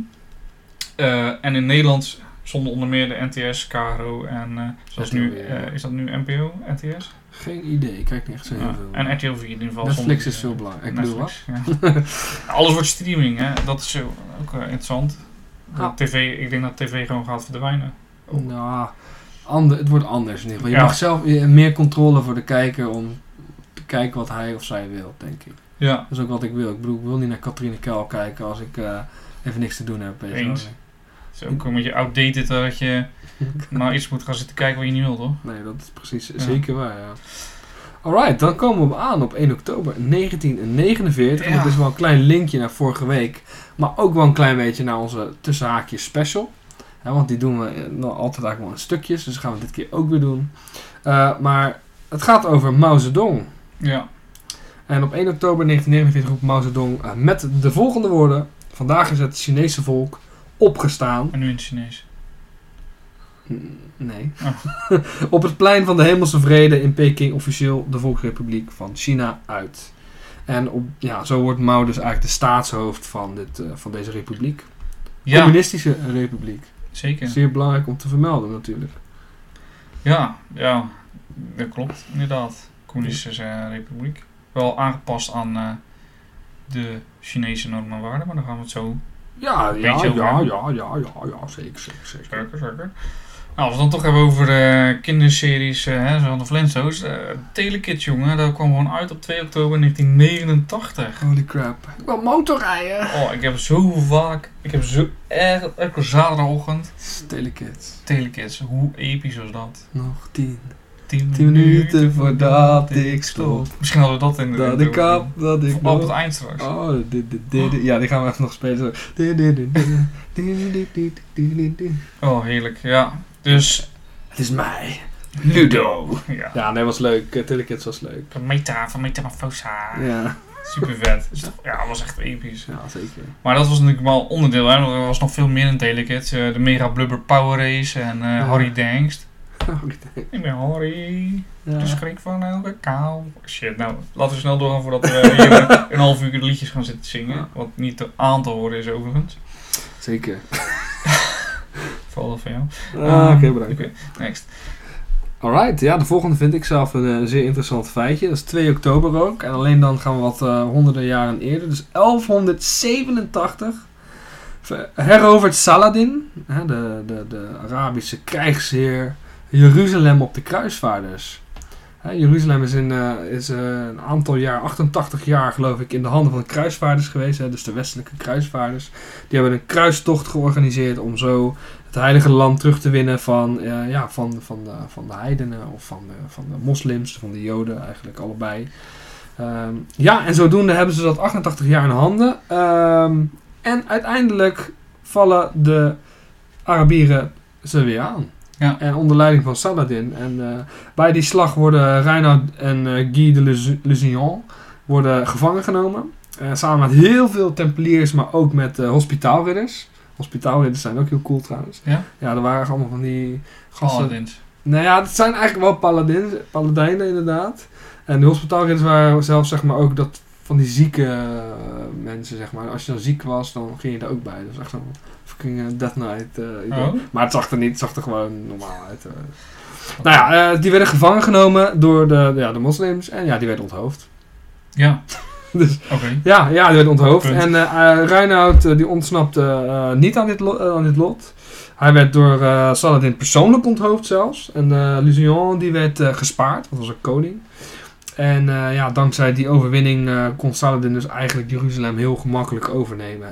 En in Nederland zonden onder meer de NTS, KRO en zoals nu, is dat nu NPO, NTS? Geen idee, ik kijk niet echt zo heel Ja, veel. en RTL 4 in ieder geval. Netflix zonden is die, veel belangrijk. Ik bedoel wat? Netflix, ja. Alles wordt streaming, hè. Dat is ook interessant. Ja. TV, ik denk dat tv gewoon gaat verdwijnen. Nou, het wordt anders in ieder geval. Je Ja. mag zelf meer controle voor de kijker om te kijken wat hij of zij wil, denk ik. Ja, Dat is ook wat ik wil. Ik bedoel, ik wil niet naar Catharine Kuil kijken als ik even niks te doen heb. Weet je wel. Eens. het is ook een beetje outdated dat je nou iets moet gaan zitten kijken wat je niet wil, toch? Nee, dat is precies Ja. zeker waar, ja. Alright, dan komen we aan op 1 oktober 1949. Ja. Dat is wel een klein linkje naar vorige week. Maar ook wel een klein beetje naar onze tussenhaakjes special. Want die doen we nog altijd eigenlijk wel in stukjes. Dus dat gaan we dit keer ook weer doen. Maar het gaat over Mao Zedong. Ja. En op 1 oktober 1949 roept Mao Zedong met de volgende woorden. Vandaag is het Chinese volk opgestaan. En nu in het Chinees. Nee. Op het plein van de Hemelse Vrede in Peking officieel de Volksrepubliek van China uit. En zo wordt Mao dus eigenlijk de staatshoofd van deze republiek. Ja, Communistische republiek. zeker. Zeer belangrijk om te vermelden natuurlijk. Ja, dat klopt, inderdaad. Communistische republiek. Wel aangepast aan de Chinese normen en waarden, maar daar gaan we het zo Ja, Beetje over zeker. zeker. Nou, als we het dan toch hebben over kinderseries, zoals de Flintstones. Telekids, jongen, dat kwam gewoon uit op 2 oktober 1989. Holy crap. Ik wil motorrijden. Oh, ik heb zo elke zaterdagochtend Telekids. Hoe episch was dat? Nog 10 10 minuten voordat ik stop. Misschien hadden we dat in de... Dat ik kap, dat ik op het eind straks. Oh, ja, die gaan we even nog spelen. Oh, heerlijk, ja. Dus... Het is mij. Ludo. Ja, nee, was leuk. Telekids was leuk. Van Metamorphosa. Ja. Super vet. Ja, was echt episch. Ja, zeker. Maar dat was natuurlijk wel onderdeel. Hè. Er was nog veel meer in Telekids. De Mega Blubber Power Race en Harry Dangst. Ik ben Harry. De schrik van elke kou. Shit, nou, laten we snel doorgaan voordat we hier een half uur de liedjes gaan zitten zingen. Ja. Wat niet te aan te horen is overigens. Zeker. Vooral dat van jou. Oké, bedankt. Okay, next. Alright, ja, de volgende vind ik zelf een zeer interessant feitje. Dat is 2 oktober ook. En alleen dan gaan we wat honderden jaren eerder. Dus 1187 herovert Saladin, de Arabische krijgsheer, Jeruzalem op de kruisvaarders. Jeruzalem is een aantal jaar, 88 jaar geloof ik, in de handen van de kruisvaarders geweest. Dus de westelijke kruisvaarders. Die hebben een kruistocht georganiseerd om zo het heilige land terug te winnen van de heidenen of van de moslims, van de joden eigenlijk allebei. En zodoende hebben ze dat 88 jaar in handen. En uiteindelijk vallen de Arabieren ze weer aan. Ja. En onder leiding van Saladin. En bij die slag worden Reinoud en Guy de Lusignan worden gevangen genomen. Samen met heel veel tempeliers, maar ook met hospitaalridders. Hospitaalridders zijn ook heel cool trouwens. Ja? Ja, er waren allemaal van die gasten. Paladins. Nou ja, het zijn eigenlijk wel paladijnen inderdaad. En de hospitaalridders waren zelfs zeg maar ook dat van die zieke mensen zeg maar. Als je dan ziek was, dan ging je er ook bij. Dat was echt zo'n fucking Death Knight idee. Maar het zag er gewoon normaal uit. Nou ja, die werden gevangen genomen door de moslims. En ja, die werden onthoofd. Ja. Dus, okay. Ja, die werden onthoofd. Punt. En Reinoud die ontsnapte niet aan dit lot. Hij werd door Saladin persoonlijk onthoofd zelfs. En Lusignan die werd gespaard. Dat was een koning. En dankzij die overwinning kon Saladin dus eigenlijk Jeruzalem heel gemakkelijk overnemen.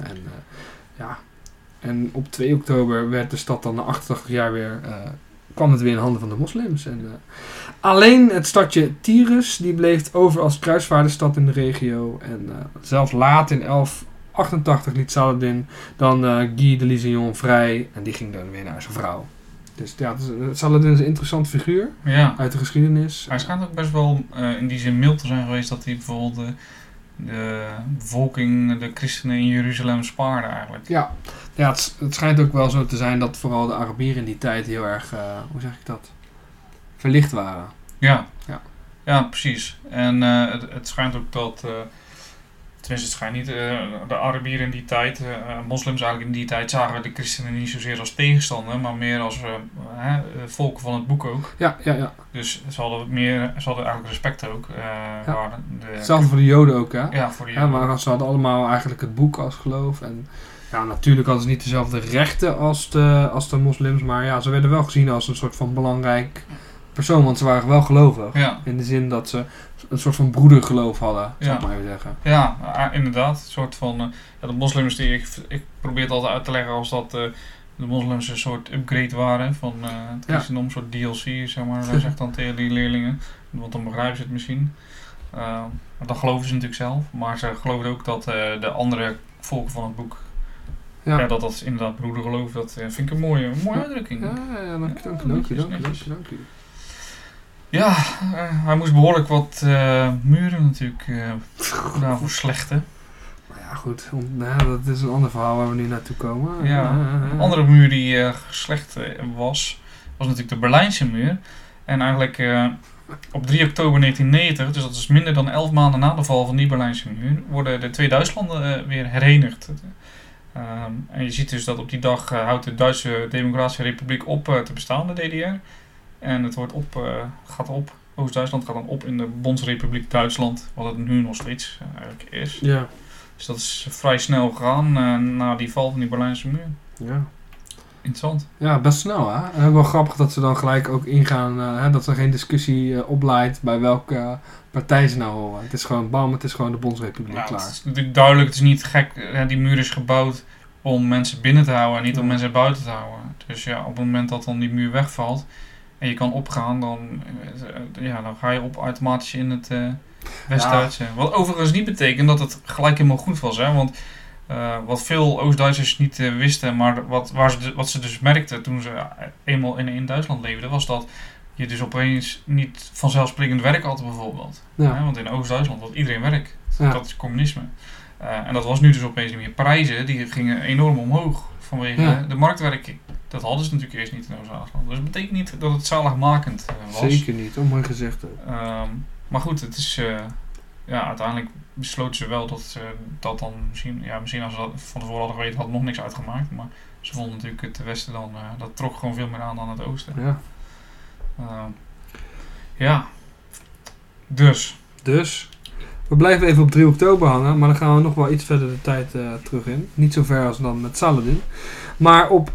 En op 2 oktober werd de stad dan na 88 jaar weer, kwam het weer in handen van de moslims. En, alleen het stadje Tyrus die bleef over als kruisvaardersstad in de regio. En zelfs laat in 1188 liet Saladin dan Guy de Lusignan vrij. En die ging dan weer naar zijn vrouw. Dus ja, Saladin is een interessante figuur uit de geschiedenis. Hij schijnt ook best wel in die zin mild te zijn geweest dat hij bijvoorbeeld de bevolking, de christenen in Jeruzalem spaarde eigenlijk. Ja, het schijnt ook wel zo te zijn dat vooral de Arabieren in die tijd heel erg, hoe zeg ik dat, verlicht waren. Ja, precies. En het schijnt ook dat, tenminste het schijnt niet, de Arabieren in die tijd, moslims eigenlijk in die tijd, zagen de christenen niet zozeer als tegenstander, maar meer als volken van het boek ook. Ja. Dus ze hadden eigenlijk respect ook. Hetzelfde voor de Joden ook, hè? Ja, voor de Joden. Ja, maar ze hadden allemaal eigenlijk het boek als geloof. En ja, natuurlijk hadden ze niet dezelfde rechten als de moslims, maar ja, ze werden wel gezien als een soort van belangrijk persoon, want ze waren wel gelovig. Ja. In de zin dat ze een soort van broedergeloof hadden, zou ik maar even zeggen. Ja, inderdaad. Een soort van, de moslims die ik probeer het altijd uit te leggen als dat de moslims een soort upgrade waren van het christendom, een soort DLC, zeg maar. Dat zegt dan tegen die leerlingen, want dan begrijpen ze het misschien. Dat geloven ze natuurlijk zelf, maar ze geloven ook dat de andere volken van het boek, dat is inderdaad broedergeloof. Dat vind ik een mooie uitdrukking. Ja, dank je. Ja, hij moest behoorlijk wat muren natuurlijk daarvoor slechten. Maar ja, goed. Dat is een ander verhaal waar we nu naartoe komen. Ja, een andere muur die geslecht was, was natuurlijk de Berlijnse muur. En eigenlijk op 3 oktober 1990, dus dat is minder dan 11 maanden na de val van die Berlijnse muur, worden de twee Duitslanden weer herenigd. En je ziet dus dat op die dag houdt de Duitse Democratische Republiek op te bestaan, de DDR. En het gaat op. Oost-Duitsland gaat dan op in de Bondsrepubliek Duitsland, wat het nu nog steeds eigenlijk is. Ja. Dus dat is vrij snel gegaan na die val van die Berlijnse muur. Ja. Interessant. Ja, best snel hè. En ook wel grappig dat ze dan gelijk ook ingaan, dat er geen discussie opleidt bij welke partij ze nou horen. Het is gewoon bam, het is gewoon de Bondsrepubliek klaar. Het is natuurlijk duidelijk, het is niet gek. Die muur is gebouwd om mensen binnen te houden en niet om mensen buiten te houden. Dus ja, op het moment dat dan die muur wegvalt en je kan opgaan, dan ga je op automatisch in het West-Duitse. Wat overigens niet betekent dat het gelijk helemaal goed was, hè? Want wat veel Oost-Duitsers niet wisten, maar wat ze dus merkten toen ze eenmaal in Duitsland leefden, was dat je dus opeens niet vanzelfsprekend werk had bijvoorbeeld. Ja. Hè? Want in Oost-Duitsland had iedereen werk. Ja. Dat is communisme. En dat was nu dus opeens niet meer. Prijzen die gingen enorm omhoog vanwege de marktwerking. Dat hadden ze natuurlijk eerst niet in Oost-Duitsland. Dus dat betekent niet dat het zaligmakend was. Zeker niet, mooi gezegd ook. Maar goed, het is... uiteindelijk besloten ze wel dat ze dat dan misschien als ze dat van tevoren hadden geweten, had het nog niks uitgemaakt. Maar ze vonden natuurlijk het Westen dan, dat trok gewoon veel meer aan dan het Oosten. Ja. Dus. We blijven even op 3 oktober hangen, maar dan gaan we nog wel iets verder de tijd terug in. Niet zo ver als dan met Saladin. Maar op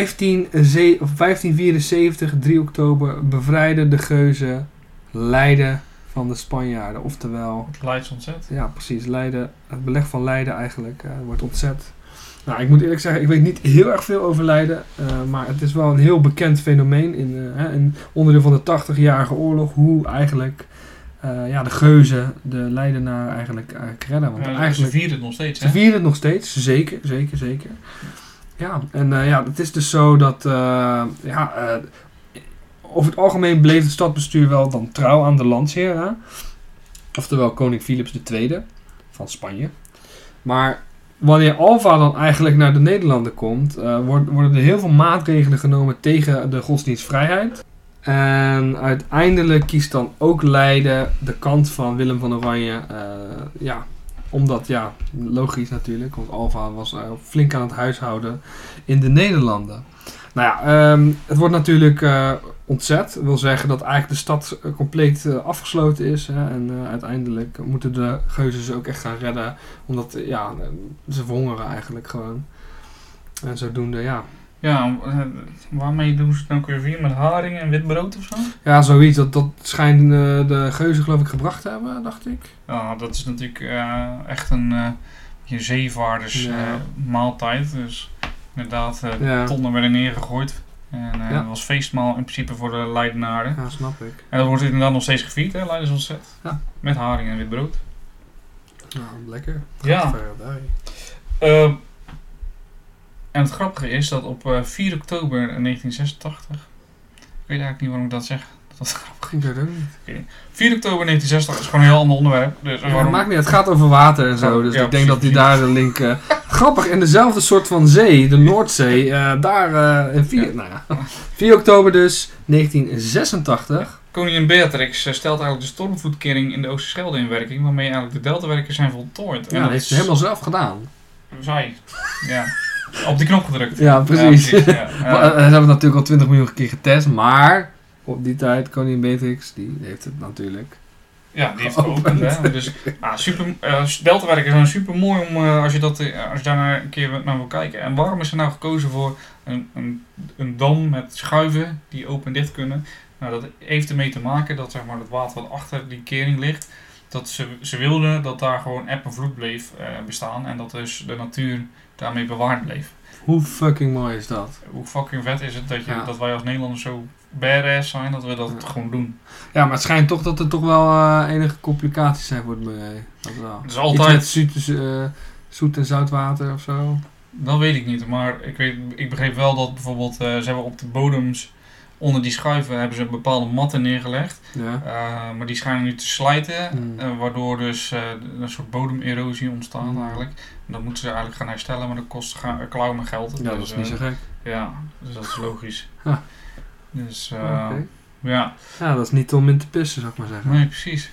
1574, 3 oktober, bevrijden de Geuzen Leiden van de Spanjaarden. Oftewel... Het Leids ontzet. Ja, precies. Leiden, het beleg van Leiden eigenlijk wordt ontzet. Nou, ik moet eerlijk zeggen, ik weet niet heel erg veel over Leiden. Maar het is wel een heel bekend fenomeen in onderdeel van de 80-jarige oorlog. Hoe eigenlijk de Geuzen de Leidenaar eigenlijk redden. Want eigenlijk, ze vieren het nog steeds, hè? Ze vieren het nog steeds, zeker. Ja, en het is dus zo dat... over het algemeen bleef het stadsbestuur wel dan trouw aan de landsheer. Hè? Oftewel koning Philips II van Spanje. Maar wanneer Alva dan eigenlijk naar de Nederlanden komt, worden er heel veel maatregelen genomen tegen de godsdienstvrijheid. En uiteindelijk kiest dan ook Leiden de kant van Willem van Oranje. Omdat, logisch natuurlijk, want Alva was flink aan het huishouden in de Nederlanden. Nou ja, het wordt natuurlijk ontzet. Dat wil zeggen dat eigenlijk de stad compleet afgesloten is. Hè, en uiteindelijk moeten de Geuzen ze ook echt gaan redden. Omdat ze verhongeren eigenlijk gewoon. En zodoende, ja. Ja, waarmee doen ze het nou weer vieren? Met haring en wit brood of zo? Ja, zoiets. Dat schijnen de Geuzen geloof ik gebracht te hebben, dacht ik. Ja, dat is natuurlijk echt een zeevaarders maaltijd. Dus inderdaad, tonnen werden neergegooid. En dat was feestmaal in principe voor de Leidenaren. Ja, snap ik. En dat wordt inderdaad nog steeds gevierd, hè, Leidens ontzet. Ja. Met haring en wit brood. Nou, lekker. Ja. En het grappige is dat op 4 oktober 1986... Ik weet eigenlijk niet waarom ik dat zeg. Dat is grappig. Ik weet het ook niet. Okay. 4 oktober 1960 is gewoon een heel ander onderwerp. Dus het maakt niet, het gaat over water en zo. Dus ik denk dat die daar de link... grappig, in dezelfde soort van zee, de Noordzee, in 4 oktober dus, 1986. Koningin Beatrix stelt eigenlijk de stormvloedkering in de Oosterschelde in werking, waarmee eigenlijk de deltawerken zijn voltooid. Ja, dat heeft ze helemaal zelf gedaan. Zij, ja. Op die knop gedrukt. Ja, precies. Ja, precies. Ze hebben het natuurlijk al 20 miljoen keer getest, maar op die tijd, koningin Beatrix, die heeft het natuurlijk... Ja, die heeft geopend. Hè? Dus deltawerken zijn super mooi om als je daar een keer naar wil kijken. En waarom is er nou gekozen voor een dam met schuiven die open en dicht kunnen? Nou, dat heeft ermee te maken dat zeg maar, het water wat achter die kering ligt, dat ze wilden dat daar gewoon eb en vloed bleef bestaan en dat dus de natuur daarmee bewaard bleef. Hoe fucking mooi is dat? Hoe fucking vet is het dat wij als Nederlanders zo badass zijn dat we dat gewoon doen. Ja, maar het schijnt toch dat er toch wel enige complicaties zijn voor het milieu. Dat wel. Het is altijd zoet en zout water of zo. Dat weet ik niet, maar ik begreep wel dat bijvoorbeeld ze hebben op de bodems onder die schuiven hebben ze bepaalde matten neergelegd. Ja. Maar die schijnen nu te slijten, waardoor dus een soort bodemerosie ontstaat eigenlijk. En dat moeten ze eigenlijk gaan herstellen, maar dat kost klauwen geld. Ja, dat is niet zo gek. Ja, dus dat is logisch. Dus Oké. ja, Ja, dat is niet om in te pissen, zou ik maar zeggen. nee, precies.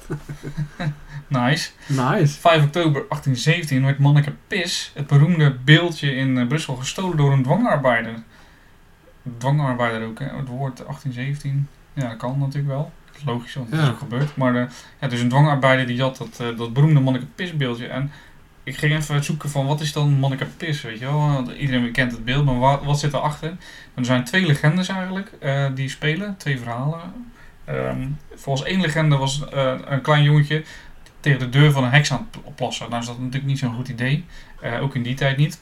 Nice. Nice. 5 oktober 1817 werd Manneke Pis, het beroemde beeldje in Brussel, gestolen door een dwangarbeider. Dwangarbeider ook, hè? Het woord 1817. Ja, dat kan natuurlijk wel. Dat is logisch, want het is Ja. ook gebeurd. Maar dus een dwangarbeider die had dat beroemde Manneke Pis beeldje. En ik ging even zoeken van wat is dan Manneke Pis, weet je wel. Want iedereen kent het beeld, maar wat zit erachter? Er zijn 2 legendes eigenlijk die spelen, 2 verhalen. Volgens 1 legende was een klein jongetje tegen de deur van een heks aan het plassen. Nou is dat natuurlijk niet zo'n goed idee. Ook in die tijd niet.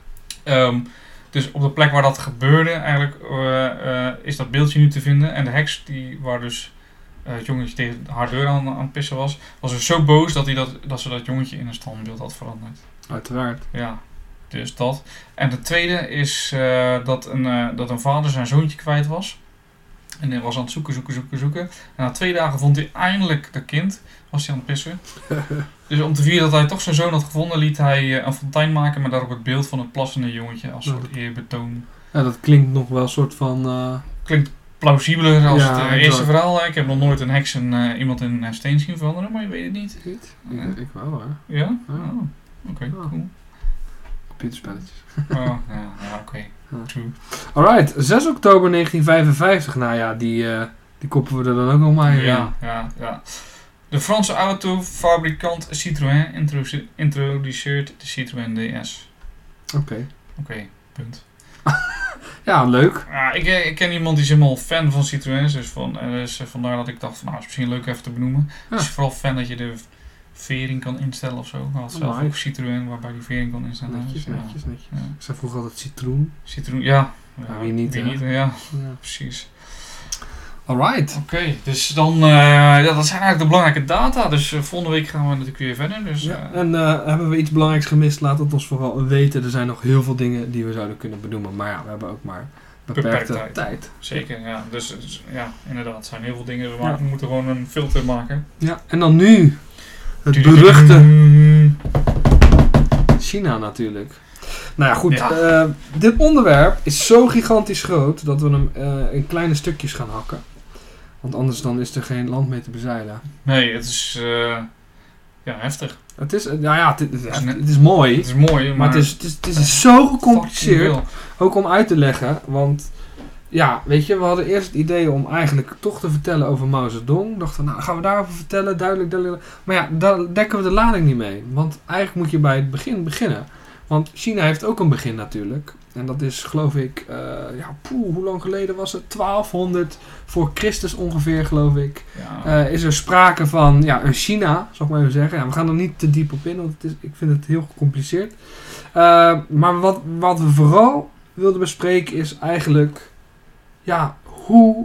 Dus op de plek waar dat gebeurde, eigenlijk is dat beeldje nu te vinden. En de heks, waar dus het jongetje tegen haar deur aan het pissen was dus zo boos dat ze dat jongetje in een standbeeld had veranderd. Uiteraard. Ja, dus dat. En de tweede is dat een vader zijn zoontje kwijt was. En hij was aan het zoeken. En na 2 dagen vond hij eindelijk dat kind. Was hij aan het pissen. Dus om te vieren dat hij toch zijn zoon had gevonden, liet hij een fontein maken met daarop het beeld van het plassende jongetje als soort eerbetoon. Ja, dat klinkt nog wel een soort van... Klinkt plausibeler als Ja, het eerste exact. verhaal. Ik heb nog nooit een heks iemand in een steen zien veranderen, maar je weet het niet. Ik wel, hè. Ja? Ja. Oh, oké, Ja. cool. Computerspelletjes. Oh, ja, oké. Ja. True. Alright, 6 oktober 1955. Nou ja, die koppen we er dan ook nog maar in. Ja. De Franse autofabrikant Citroën introduceert de Citroën DS. Oké. Oké, punt. Ja, leuk. Ja, ik ken iemand die is helemaal fan van Citroëns, dus vandaar dat ik dacht van, nou, is misschien leuk even te benoemen. Ja. Het is vooral fan dat je de vering kan instellen of zo. Hij had zelf Nice. ook Citroën waarbij die vering kan instellen. Netjes, Dus, ja. netjes. Ja. Ik zei vroeger altijd citroen. Citroën, ja. Ja, wie niet, hè? ja, Ja. precies. Alright. Oké, dus dan, dat zijn eigenlijk de belangrijke data. Dus volgende week gaan we natuurlijk weer verder. Dus, Ja, en hebben we iets belangrijks gemist, laat het ons vooral weten. Er zijn nog heel veel dingen die we zouden kunnen benoemen. Maar ja, we hebben ook maar beperkte Beperkt tijd. Zeker, ja. Dus ja, inderdaad, er zijn heel veel dingen. Ja. We moeten gewoon een filter maken. Ja, en dan nu het beruchte China natuurlijk. Nou ja, goed. Ja. Dit onderwerp is zo gigantisch groot dat we hem in kleine stukjes gaan hakken. Want anders dan is er geen land mee te bezeilen. Nee, het is heftig. Het is, het is mooi. Het is mooi, Maar het is zo gecompliceerd. fucking Ook om uit te leggen, want ja, weet je, we hadden eerst het idee om eigenlijk toch te vertellen over Mao Zedong. Dachten, nou gaan we daarover vertellen, duidelijk. Maar ja, daar dekken we de lading niet mee. Want eigenlijk moet je bij het begin beginnen. Want China heeft ook een begin natuurlijk. En dat is geloof ik, hoe lang geleden was het? 1200 voor Christus ongeveer geloof ik. Ja. Is er sprake van een China, zal ik maar even zeggen. Ja, we gaan er niet te diep op in, want ik vind het heel gecompliceerd. Maar wat we vooral wilden bespreken is eigenlijk hoe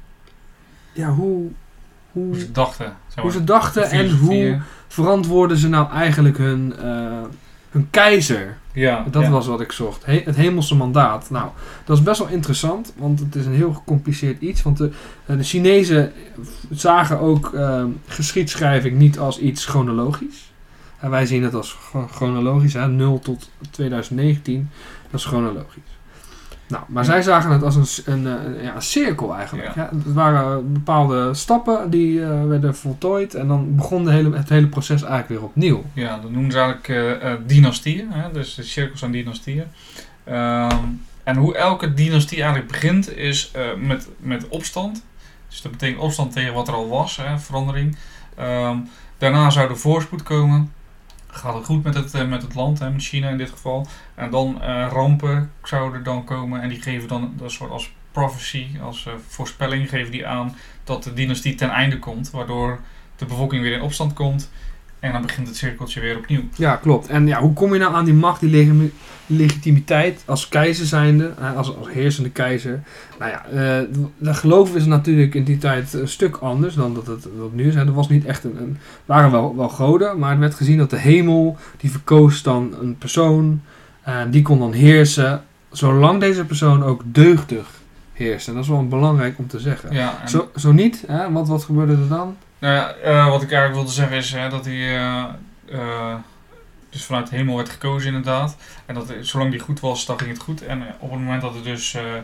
Hoe ze dachten. hoe ze dachten en hoe verantwoorden ze nou eigenlijk hun keizer. Ja, Dat was wat ik zocht. Het hemelse mandaat. Nou, dat is best wel interessant, want het is een heel gecompliceerd iets. Want de Chinezen zagen ook geschiedschrijving niet als iets chronologisch. En wij zien het als chronologisch, 0 tot 2019. Dat is chronologisch. Nou, maar zij zagen het als een cirkel eigenlijk. Ja. Ja, het waren bepaalde stappen die werden voltooid en dan begon het hele proces eigenlijk weer opnieuw. Ja, dat noemen ze eigenlijk dynastieën. Hè? Dus de cirkels zijn dynastieën. En hoe elke dynastie eigenlijk begint is met opstand. Dus dat betekent opstand tegen wat er al was, verandering. Daarna zou er voorspoed komen. Gaat het goed met het land, met China in dit geval. En dan rampen zouden dan komen en die geven dan een soort als prophecy, als voorspelling geven die aan dat de dynastie ten einde komt. Waardoor de bevolking weer in opstand komt en dan begint het cirkeltje weer opnieuw. Ja, klopt. En hoe kom je nou aan die macht, die legitimiteit als keizer zijnde, als heersende keizer? Nou ja, de geloof is natuurlijk in die tijd een stuk anders dan dat het nu is. Er was niet echt waren wel goden, maar het werd gezien dat de hemel, die verkoos dan een persoon, die kon dan heersen, zolang deze persoon ook deugdig heerste. En dat is wel belangrijk om te zeggen. Ja, en Zo niet, wat gebeurde er dan? nou ja, wat ik eigenlijk wilde zeggen is dat hij dus vanuit de hemel werd gekozen inderdaad. En dat zolang die goed was, dan ging het goed. En op het moment dat er dus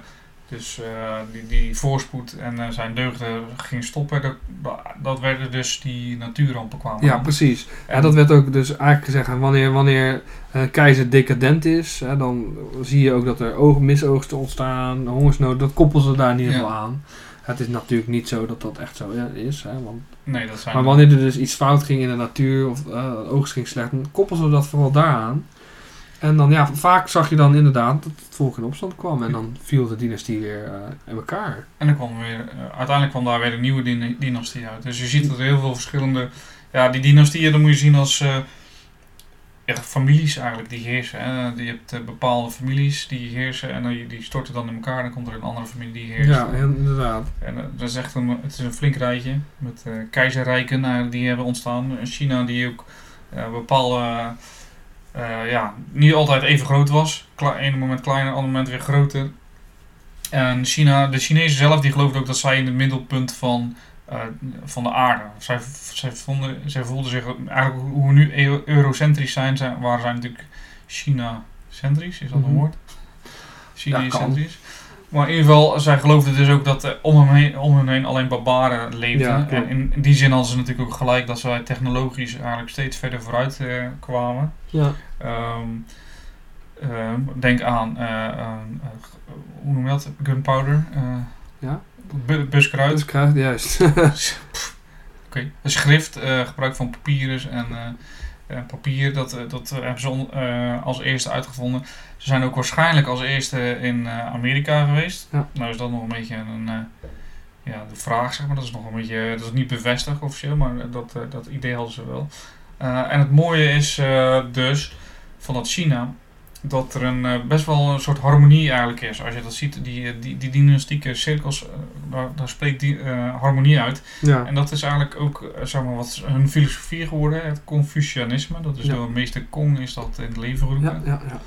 Dus die voorspoed en zijn deugden ging stoppen. Dat werden dus die natuurrampen kwamen. Ja, precies. Ja, dat werd ook dus eigenlijk gezegd. En wanneer een keizer decadent is, hè, dan zie je ook dat er misoogsten ontstaan, hongersnood. Dat koppelen ze daar in ieder geval aan. Het is natuurlijk niet zo dat dat echt zo is. Hè, want, nee, dat zijn maar wanneer er dus iets fout ging in de natuur of de oogst ging slecht, dan koppelen ze dat vooral daaraan. En dan vaak zag je dan inderdaad dat het volk in opstand kwam. En dan viel de dynastie weer in elkaar. En dan uiteindelijk kwam daar weer een nieuwe dynastie uit. Dus je ziet dat er heel veel verschillende... Ja, die dynastieën, dan moet je zien als families eigenlijk die heersen. Hè. Je hebt bepaalde families die heersen en die storten dan in elkaar. Dan komt er een andere familie die heerst. Ja, inderdaad. En dat is echt het is een flink rijtje. Met keizerrijken die hebben ontstaan. China die ook bepaalde... niet altijd even groot was. Eén moment kleiner, ander moment weer groter. En de Chinezen zelf, die geloofden ook dat zij in het middelpunt van de aarde. Zij voelden zich eigenlijk, hoe we nu eurocentrisch zijn, waren zij natuurlijk China-centrisch, is dat een woord? China-centrisch. Maar in ieder geval, zij geloofden dus ook dat om hen heen alleen barbaren leefden. Ja, en in die zin hadden ze natuurlijk ook gelijk dat zij technologisch eigenlijk steeds verder vooruit kwamen. Ja. Denk aan, hoe noem je dat? Gunpowder. Buskruid. Buskruid, juist. Oké. Schrift, gebruik van papyrus en papier, dat hebben ze als eerste uitgevonden. Ze zijn ook waarschijnlijk als eerste in Amerika geweest. Ja. Nou is dat nog een beetje de vraag, zeg maar. Dat is nog een beetje, dat is niet bevestigd officieel, maar dat idee hadden ze wel. En het mooie is dus van dat China, dat er best wel een soort harmonie eigenlijk is. Als je dat ziet, die dynastieke cirkels, daar spreekt die harmonie uit. Ja. En dat is eigenlijk ook wat hun filosofie geworden, het Confucianisme. Dat is door meester Kong is dat in het leven geroepen.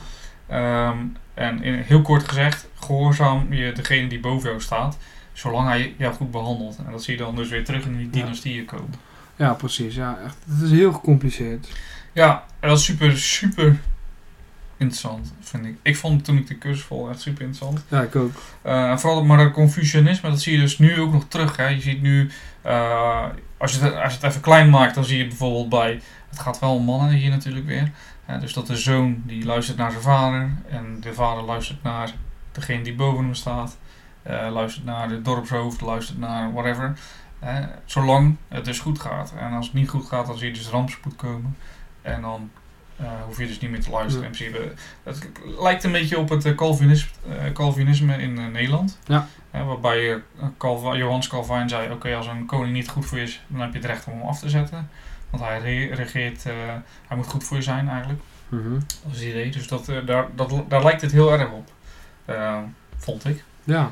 En heel kort gezegd, gehoorzaam je degene die boven jou staat, zolang hij jou goed behandelt. En dat zie je dan dus weer terug in die dynastieën komen. Ja, precies. Ja, echt. Het is heel gecompliceerd. Ja, en dat is super, super interessant, vind ik. Ik vond toen ik de cursus volgde echt super interessant. Ja, ik ook. Vooral maar dat Confucianisme, dat zie je dus nu ook nog terug. Hè. Je ziet nu, als je het even klein maakt, dan zie je bijvoorbeeld bij, het gaat wel om mannen hier natuurlijk weer. Dus dat de zoon die luistert naar zijn vader en de vader luistert naar degene die boven hem staat. Luistert naar de dorpshoofd, luistert naar whatever. Zolang het dus goed gaat. En als het niet goed gaat, dan zie je dus rampspoed komen. En dan hoef je dus niet meer te luisteren. In principe, het lijkt een beetje op het Calvinisme in Nederland. Ja. Waarbij Johannes Calvijn zei, oké, als een koning niet goed voor je is, dan heb je het recht om hem af te zetten. Want hij regeert, hij moet goed voor je zijn eigenlijk. Mm-hmm. Dat is het idee. Dus daar lijkt het heel erg op. Vond ik. Ja.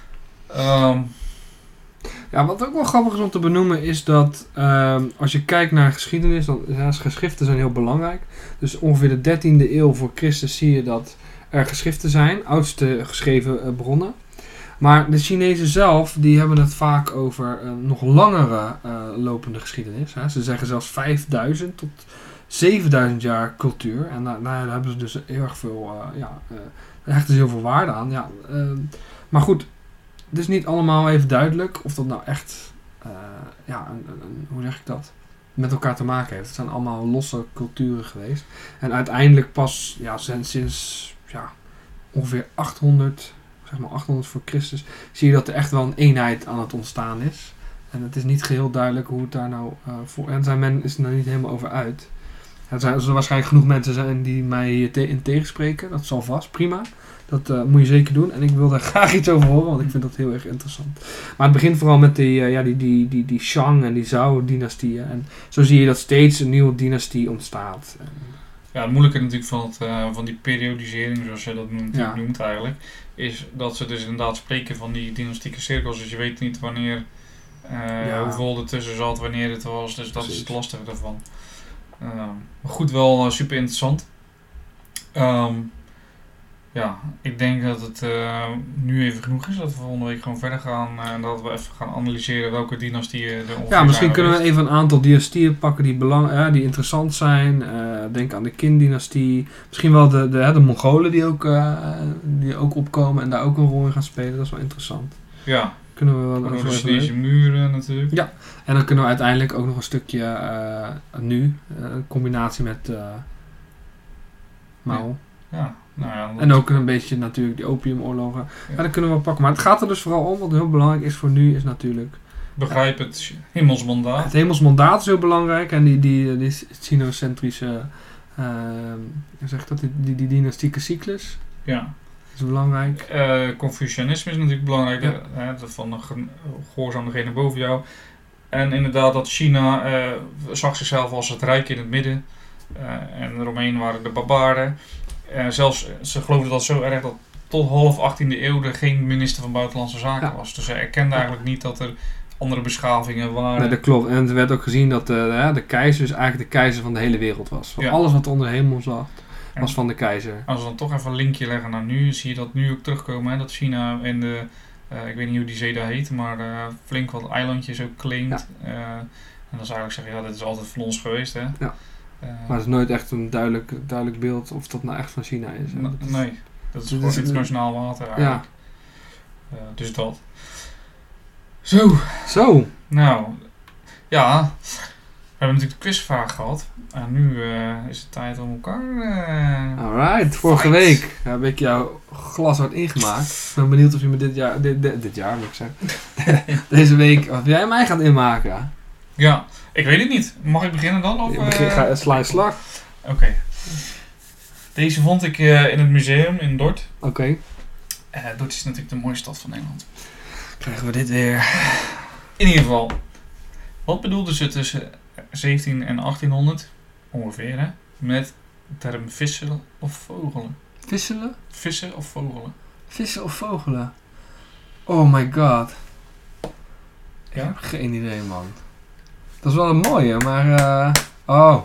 Ja, wat ook wel grappig is om te benoemen is dat als je kijkt naar geschiedenis, dan geschriften zijn heel belangrijk. Dus ongeveer de 13e eeuw voor Christus zie je dat er geschriften zijn, oudste geschreven bronnen. Maar de Chinezen zelf, die hebben het vaak over een nog langere lopende geschiedenis. Hè. Ze zeggen zelfs 5000 tot 7000 jaar cultuur. En daar hebben ze dus heel erg veel, daar hechten ze heel veel waarde aan. Ja, maar goed, het is niet allemaal even duidelijk of dat nou echt, hoe zeg ik dat, met elkaar te maken heeft. Het zijn allemaal losse culturen geweest. En uiteindelijk pas, sinds ongeveer 800 voor Christus, zie je dat er echt wel een eenheid aan het ontstaan is. En het is niet geheel duidelijk hoe het daar nou voor... En men is er nou niet helemaal over uit. Er zullen waarschijnlijk genoeg mensen zijn die mij hierin tegenspreken. Dat zal vast, prima. Dat moet je zeker doen. En ik wil daar graag iets over horen, want ik vind dat heel erg interessant. Maar het begint vooral met die Shang en die Zhou-dynastieën. En zo zie je dat steeds een nieuwe dynastie ontstaat. Ja, het moeilijke natuurlijk van die periodisering, zoals je dat noemt eigenlijk, is dat ze dus inderdaad spreken van die dynastieke cirkels. Dus je weet niet wanneer, hoeveel er tussen zat, wanneer het was. Dus dat is het lastige daarvan. Maar goed, wel super interessant. ja, ik denk dat het nu even genoeg is. Dat we volgende week gewoon verder gaan. En dat we even gaan analyseren welke dynastieën er ongeveer Ja, misschien zijn kunnen we geweest. even een aantal dynastieën pakken die interessant zijn. Denk aan de Qin-dynastie. Misschien wel de Mongolen die ook opkomen en daar ook een rol in gaan spelen. Dat is wel interessant. Ja, Kunnen we wel door de even Chinese muren natuurlijk. Ja. En dan kunnen we uiteindelijk ook nog een stukje een combinatie met Mao. Ja, nou ja. En ook een beetje natuurlijk die opiumoorlogen. Ja. Ja, dat kunnen we wel pakken. Maar het gaat er dus vooral om, wat heel belangrijk is voor nu, is natuurlijk... Begrijp het hemelsmandaat. Het hemelsmandaat is heel belangrijk. En die sinocentrische... hoe zeg ik dat? Die dynastieke cyclus Ja. is belangrijk. Confucianisme is natuurlijk belangrijk. Ja. Van de gehoorzaam degene boven jou. En inderdaad dat China zag zichzelf als het rijk in het midden. En de Romeinen waren de barbaren. Zelfs, ze geloofden dat zo erg dat tot half 18e eeuw er geen minister van Buitenlandse Zaken was. Dus ze erkenden eigenlijk niet dat er andere beschavingen waren. Nee, dat klopt. En het werd ook gezien dat de keizer dus eigenlijk de keizer van de hele wereld was. Van Ja. alles wat onder de hemel zat, En was van de keizer. als we dan toch even een linkje leggen naar nu, zie je dat nu ook terugkomen. Hè? Dat China in de, ik weet niet hoe die zee daar heet, maar flink wat eilandjes ook claimt. En dan zou ik zeggen, ja, dit is altijd van ons geweest. Hè? Ja. Maar het is nooit echt een duidelijk beeld of dat nou echt van China is. Hè? Nee, dat is dat gewoon is- internationaal water Ja, eigenlijk. Dus dat. Zo, zo. nou, ja, we hebben natuurlijk de quizvraag gehad. En nu is het tijd om elkaar... Alright, vorige Fight. week heb ik jouw glashard ingemaakt. Ik ben benieuwd of je me dit jaar moet ik zeggen. Deze week, of jij mij gaat inmaken. Ja, ik weet het niet. Mag ik beginnen dan? Of, Sla je slag. Oké. Deze vond ik in het museum in Dort. Oké. Dort is natuurlijk de mooiste stad van Nederland. Krijgen we dit weer. In ieder geval, wat bedoelden ze tussen 17 en 1800, ongeveer, hè, met de term vissen of vogelen? Visselen? Vissen of vogelen? Vissen of vogelen? Oh my god. Ik Ja? heb geen idee, man. Dat is wel een mooie, maar... Oh,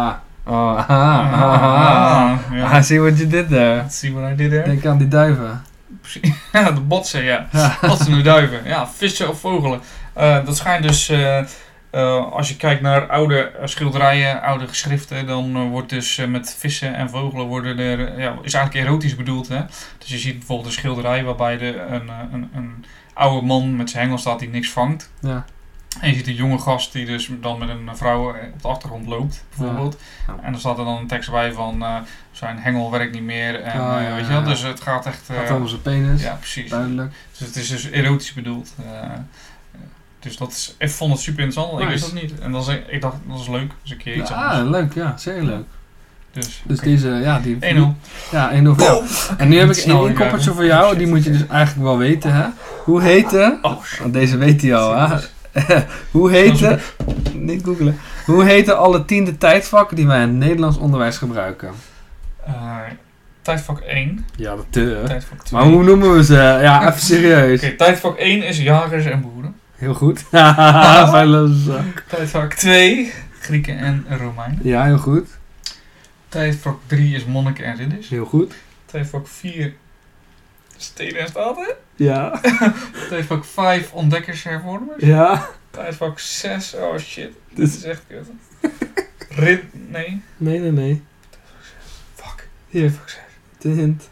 see what you did there. Let's see what I did there. Denk aan die duiven. Ja, de botsen, ja. Ja. Botsen en duiven. Ja, vissen of vogelen. Dat schijnt dus, als je kijkt naar oude schilderijen, oude geschriften, dan wordt dus met vissen en vogelen worden er, is eigenlijk erotisch bedoeld. Hè? Dus je ziet bijvoorbeeld een schilderij waarbij een oude man met zijn hengel staat die niks vangt. Ja. En je ziet een jonge gast die dus dan met een vrouw op de achtergrond loopt, bijvoorbeeld. Ja. En er staat er dan een tekst bij van zijn hengel werkt niet meer. En, weet je wel? Dus het gaat echt... Gaat over zijn penis. ja, precies. Duidelijk. Dus het is dus erotisch bedoeld. Dus dat is, ik vond het super interessant. Ik Nice. wist dat niet. En ik dacht, dat is leuk. Dus een keer iets Ah, anders. leuk, ja. Zeer leuk. Dus Dus oké. deze, ja, die... 1-0. Ja, 1-0 voor jou. En nu heb ik Snel één koppertje ingaan. voor jou. Die moet je dus eigenlijk wel weten, hè. Hoe heette... Oh, shit. Want deze weet hij al, hè. Hoe heette... Niet googelen. Hoe heten alle 10e tijdvakken die wij in het Nederlands onderwijs gebruiken? Tijdvak 1. Ja, dat Tijdvak 2. Maar hoe noemen we ze? Ja, even serieus. Oké, tijdvak 1 is jagers en boeren. Heel goed. Vuile zak. Tijdvak 2, Grieken en Romeinen. Ja, heel goed. Tijdvak 3 is monniken en ridders. Heel goed. Tijdvak 4, steden en staten. Ja. Tijdvak 5, ontdekkers en hervormers. Ja. Tijdvak 6, oh shit. Dit Dus, is echt kut. Nee. nee. Fuck. Hier, Tijdvak 6. de hint.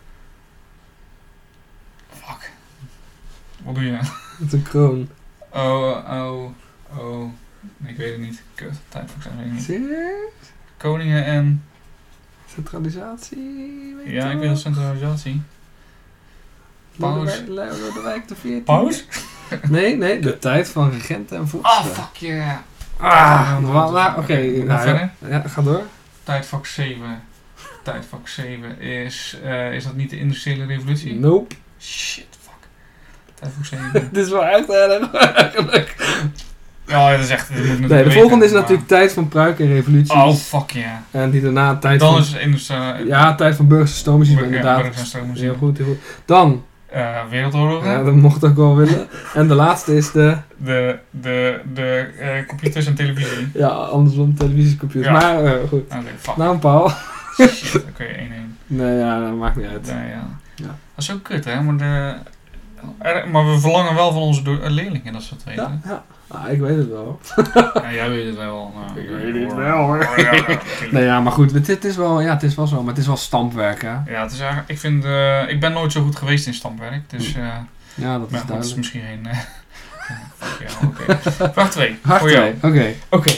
Fuck. Wat doe je? Het is een kroon. Oh. Ik weet het niet. Kut. Tijdvak 6 weet ik niet. Serieus? Koningen en... Centralisatie? Weet Ja, je ik wel? wil centralisatie. Paus. Lodewijk de 14e. Paus? Nee, de tijd van regenten en vorsten. Ah, fuck yeah. Oké. Ga Nou, verder. ja, ga door. Tijdvak 7. Tijdvak 7 is dat niet de industriële revolutie? Nope. Shit, fuck. Tijdvak 7. Dit is wel echt erg eigenlijk. Ja, dat is echt... Nee, de volgende is natuurlijk tijd van pruik en revoluties. Oh, fuck yeah. En die daarna tijd Dan van... is het industriële... Ja, tijd van burgers en stoommuziek, inderdaad. Burgers en stroommuziek. Heel goed, heel goed. Dan, Wereldoorlogen. ja, dat mocht ik ook wel willen. En de laatste is de... De computers en televisie. Ja, andersom, televisiecomputers. Ja. Maar goed. Oké, fuck. Nou, Paul. Shit, oké, 1-1. Nee, ja, dat maakt niet uit. Nee, ja. is zo kut, hè? Maar we verlangen wel van onze leerlingen dat ze het weten. Ja. Ik weet het wel. Ja, jij weet het wel. Nou, Ik weet het wel, hoor. Nee, ja, maar goed. Het is wel zo. Maar het is wel stampwerk, hè? Ja, het is eigenlijk... Ik ben nooit zo goed geweest in stampwerk. Dus... Ja, dat is maar goed, duidelijk. het is misschien geen... Oké. Vraag 2. Vraag 2, oké.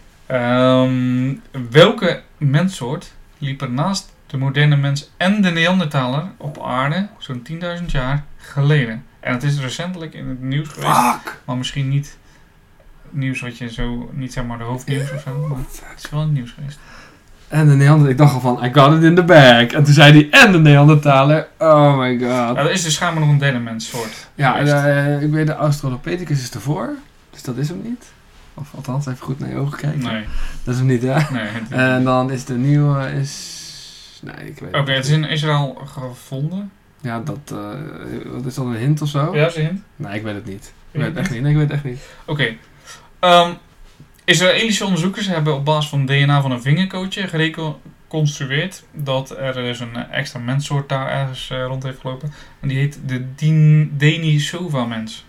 Welke menssoort liep er naast de moderne mens en de Neandertaler op aarde zo'n 10.000 jaar geleden? En het is recentelijk in het nieuws geweest. Fuck! Maar misschien niet nieuws wat je zo... Niet zeg maar de hoofdnieuws of zo. Maar het is wel in het nieuws geweest. En de Neandertaler, ik dacht al van, I got it in the bag. En toen zei hij, en de Neandertaler. Oh my god. Ja, er is dus schijnbaar nog een derde menssoort. Ja, ik weet de Australopithecus is ervoor. Dus dat is hem niet. Of althans, even goed naar je ogen kijken. Nee. Dat is hem niet, hè? Nee. En dan is de nieuwe, nee, ik weet Oké, het is in Israël gevonden. Ja, wat is dat, een hint of zo? Ja, is een hint. Nee, ik weet het niet. Ik weet het echt niet. Nee, ik weet het echt niet. Oké. Israëlische onderzoekers hebben op basis van DNA van een vingerkootje gereconstrueerd dat er dus een extra menssoort daar ergens rond heeft gelopen. En die heet de Denisova-mens.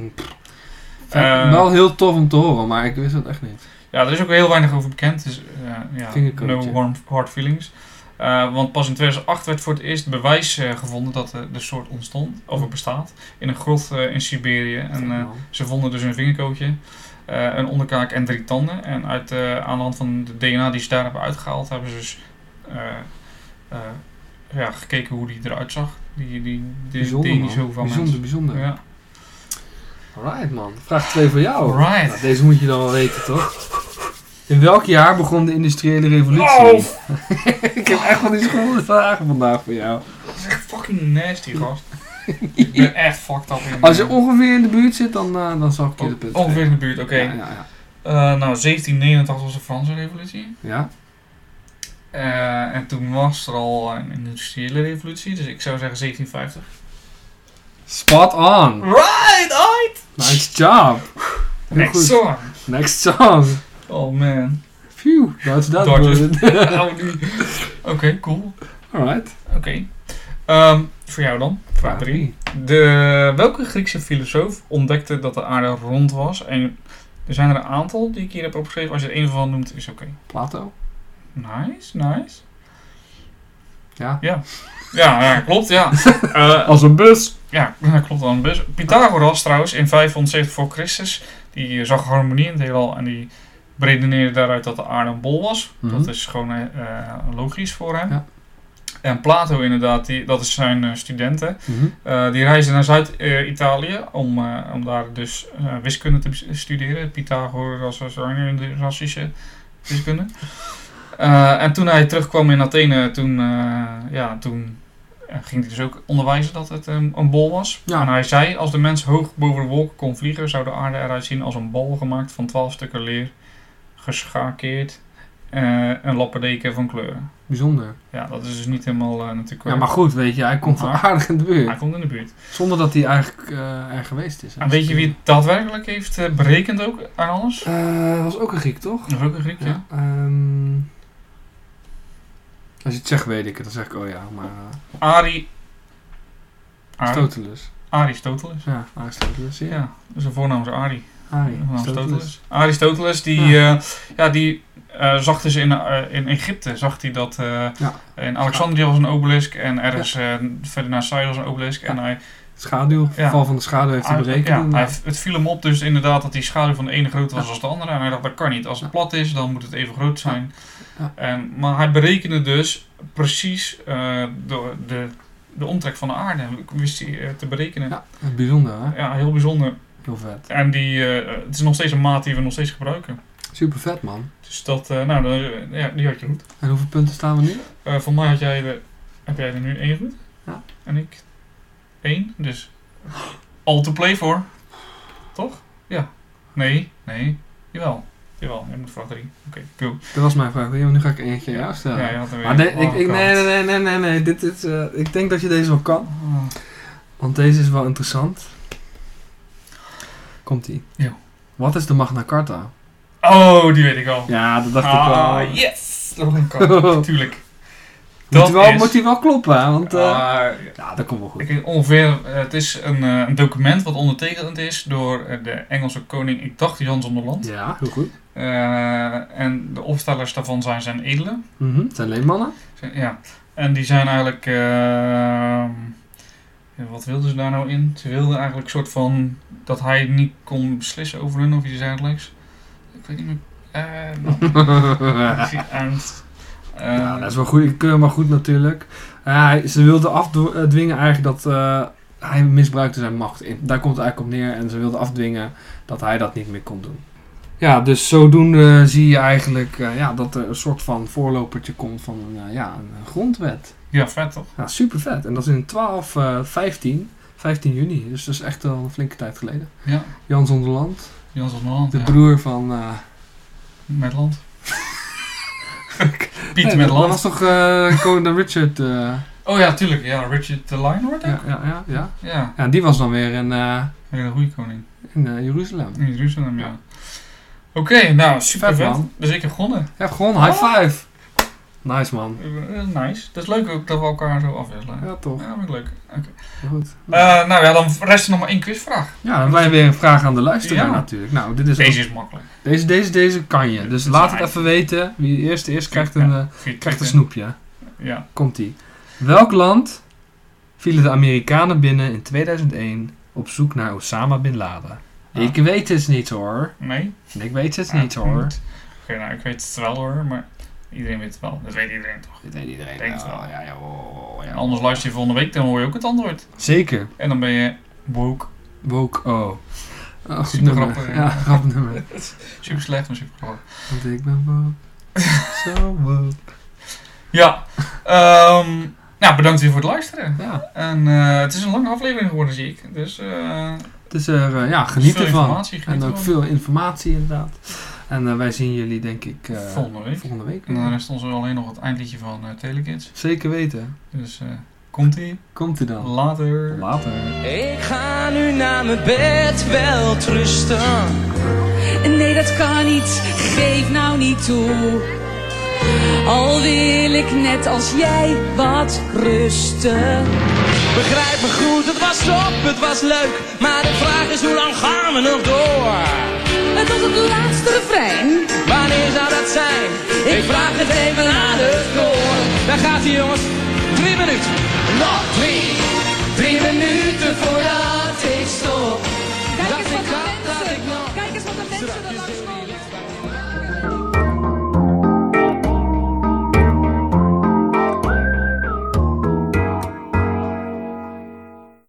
Wel heel tof om te horen, maar ik wist het echt niet. Ja, er is ook heel weinig over bekend. Dus Vingerkootje. no warm hard feelings. Want pas in 2008 werd voor het eerst bewijs gevonden dat de soort ontstond, of bestaat, in een grot in Siberië. En ze vonden dus een vingerkootje, een onderkaak en 3 tanden. En aan de hand van de DNA die ze daar hebben uitgehaald, hebben ze dus gekeken hoe die eruit zag. Die Bijzonder. Ja. Alright, man. Vraag 2 voor jou. Alright. Nou, deze moet je dan wel weten, toch? In welk jaar begon de industriële revolutie? Oh! Ik heb echt van die schoolde vragen vandaag voor jou. Dat is echt fucking nasty, gast. Ik ben echt fucked up. Als je ongeveer in de buurt zit, dan zal ik je de punt ongeveer in de buurt, oké. Ja. 1789 was de Franse revolutie. Ja. En toen was er al een industriële revolutie, dus ik zou zeggen 1750. Spot on! Right! Nice job! Next song! Next song! Oh man. Phew, that's that. Oké, cool. Alright. Oké. Voor jou dan, vraag 3. Welke Griekse filosoof ontdekte dat de aarde rond was? En er zijn er een aantal die ik hier heb opgeschreven. Als je er één van noemt, is oké. Plato? Nice. Ja? Ja, klopt, ja. Als een bus. Ja, klopt, als een bus. Pythagoras trouwens, in 570 voor Christus, die zag harmonie in het heelal en die beredeneerde daaruit dat de aarde een bol was. Mm-hmm. Dat is gewoon logisch voor hem. Ja. En Plato inderdaad, dat is zijn studenten. Mm-hmm. Die reisden naar Zuid-Italië om daar dus wiskunde te studeren. Pythagoras was een racische wiskunde. En toen hij terugkwam in Athene, toen ging hij dus ook onderwijzen dat het een bol was. Ja. En hij zei, als de mens hoog boven de wolken kon vliegen, zou de aarde eruit zien als een bal gemaakt van 12 stukken leer, geschakeerd, een lappendeken van kleuren. Bijzonder. Ja, dat is dus niet helemaal natuurlijk... Ja, maar goed, weet je, hij komt wel aardig in de buurt. Hij komt in de buurt. Zonder dat hij eigenlijk er geweest is. En weet je wie het daadwerkelijk heeft berekend ook aan alles? Dat was ook een Griek, toch? Dat is ook een Griek, ja. Als je het zegt, weet ik het. Dan zeg ik, oh ja, maar... Aristoteles. Aristoteles. Ja, Aristoteles, ja. Ja, dus een voornaam is Ari. Aristoteles. Aristoteles, die zag dus in Egypte, zag hij dat in Alexandrië was een obelisk en ergens verder naar Saïd was een obelisk. Ja. En hij... Val van de schaduw heeft hij berekend. Ja, het viel hem op dus inderdaad dat die schaduw van de ene groter was als de andere. En hij dacht, dat kan niet. Als het plat is, dan moet het even groot zijn. Ja. Maar hij berekende dus precies de omtrek van de aarde. Wist hij te berekenen. Ja, bijzonder hè? Ja, heel bijzonder. Heel vet. En het is nog steeds een maat die we nog steeds gebruiken. Super vet man. Dus dat, die had je goed. En hoeveel punten staan we nu? Voor mij heb jij er nu 1 goed. Ja. En ik 1. Dus all to play for. Toch? Ja. Nee. Jawel, je moet vraag 3. Oké, cool. Dat was mijn vraag. Nu ga ik eentje aan jou stellen. Ja, je had er weer. Maar nee. Dit is, ik denk dat je deze wel kan. Want deze is wel interessant. Komt-ie. Ja. Wat is de Magna Carta? Oh, die weet ik al. Ja, dat dacht ik wel. Yes! Dat was een kan. Tuurlijk. Moet hij wel kloppen, hè? Want ja, dat komt wel goed. Ik weet ongeveer, het is een document wat ondertekend is door de Engelse koning, ik dacht Jan Zonderland. Ja, heel goed. En de opstellers daarvan zijn edelen. Het zijn leenmannen. Ja, en die zijn eigenlijk... wat wilden ze daar nou in? Ze wilden eigenlijk een soort van... dat hij niet kon beslissen over hun of iets dergelijks. Ik weet niet meer... ja, dat is wel goed. Maar goed natuurlijk. Ze wilden afdwingen eigenlijk dat hij misbruikte zijn macht. Daar komt het eigenlijk op neer. En ze wilden afdwingen dat hij dat niet meer kon doen. Ja, dus zodoende zie je eigenlijk dat er een soort van voorlopertje komt van een grondwet. Ja, vet toch? Ja, super vet. En dat is in 15 juni. Dus dat is echt al een flinke tijd geleden. Ja. Jan Zonderland. Jan Zonderland, de broer van... Met land. Piet met land. Dat was toch koning Richard... Oh ja, tuurlijk. Ja, Richard de Lionheart ook? Ja. En die was dan weer in... een hele goede koning. In Jeruzalem. In Jeruzalem, ja. Oké, nou, super vet. Dus ik heb gewonnen. Je hebt gewonnen, high five. Nice, man. Nice. Dat is leuk ook dat we elkaar zo afwisselen. Ja, toch. Ja, vind ik leuk. Oké. Goed. Nou ja, dan rest er nog maar 1 quizvraag. Ja, dan wij weer een vraag aan de luisteraar natuurlijk. Nou, dit is deze is makkelijk. Deze kan je. Dus laat het even weten. Wie eerst krijgt een snoepje. Ja. Komt-ie. Welk land vielen de Amerikanen binnen in 2001 op zoek naar Osama Bin Laden? Ik weet het niet hoor. Nee? Ik weet het niet hoor. Oké, nou ik weet het wel hoor, maar iedereen weet het wel. Dat weet iedereen toch? Dat weet iedereen denk het wel. Ja. Anders luister je volgende week, dan hoor je ook het antwoord. Zeker. En dan ben je woke. Woke, goed super nummer. Grappig, ja, grappig nummer. Super slecht, maar super grappig. Want ik ben woke. Zo woke. Ja. Nou, bedankt weer voor het luisteren. Ja. En het is een lange aflevering geworden, zie ik. Dus het is geniet ervan. En ook ervan. veel informatie inderdaad. En wij zien jullie denk ik volgende week. En dan rest ons alleen nog het eindliedje van Telekids. Zeker weten. Dus komt-ie? Komt-ie dan. Later. Ik ga nu naar mijn bed, wel rusten. Nee, dat kan niet, geef nou niet toe. Al wil ik net als jij wat rusten. Begrijp me goed, het was top, het was leuk. Maar de vraag is, hoe lang gaan we nog door? Het was het laatste refrein. Wanneer zou dat zijn? Ik vraag het even aan het koor. Daar gaat ie jongens, 3 minuten. Nog 3 minuten voordat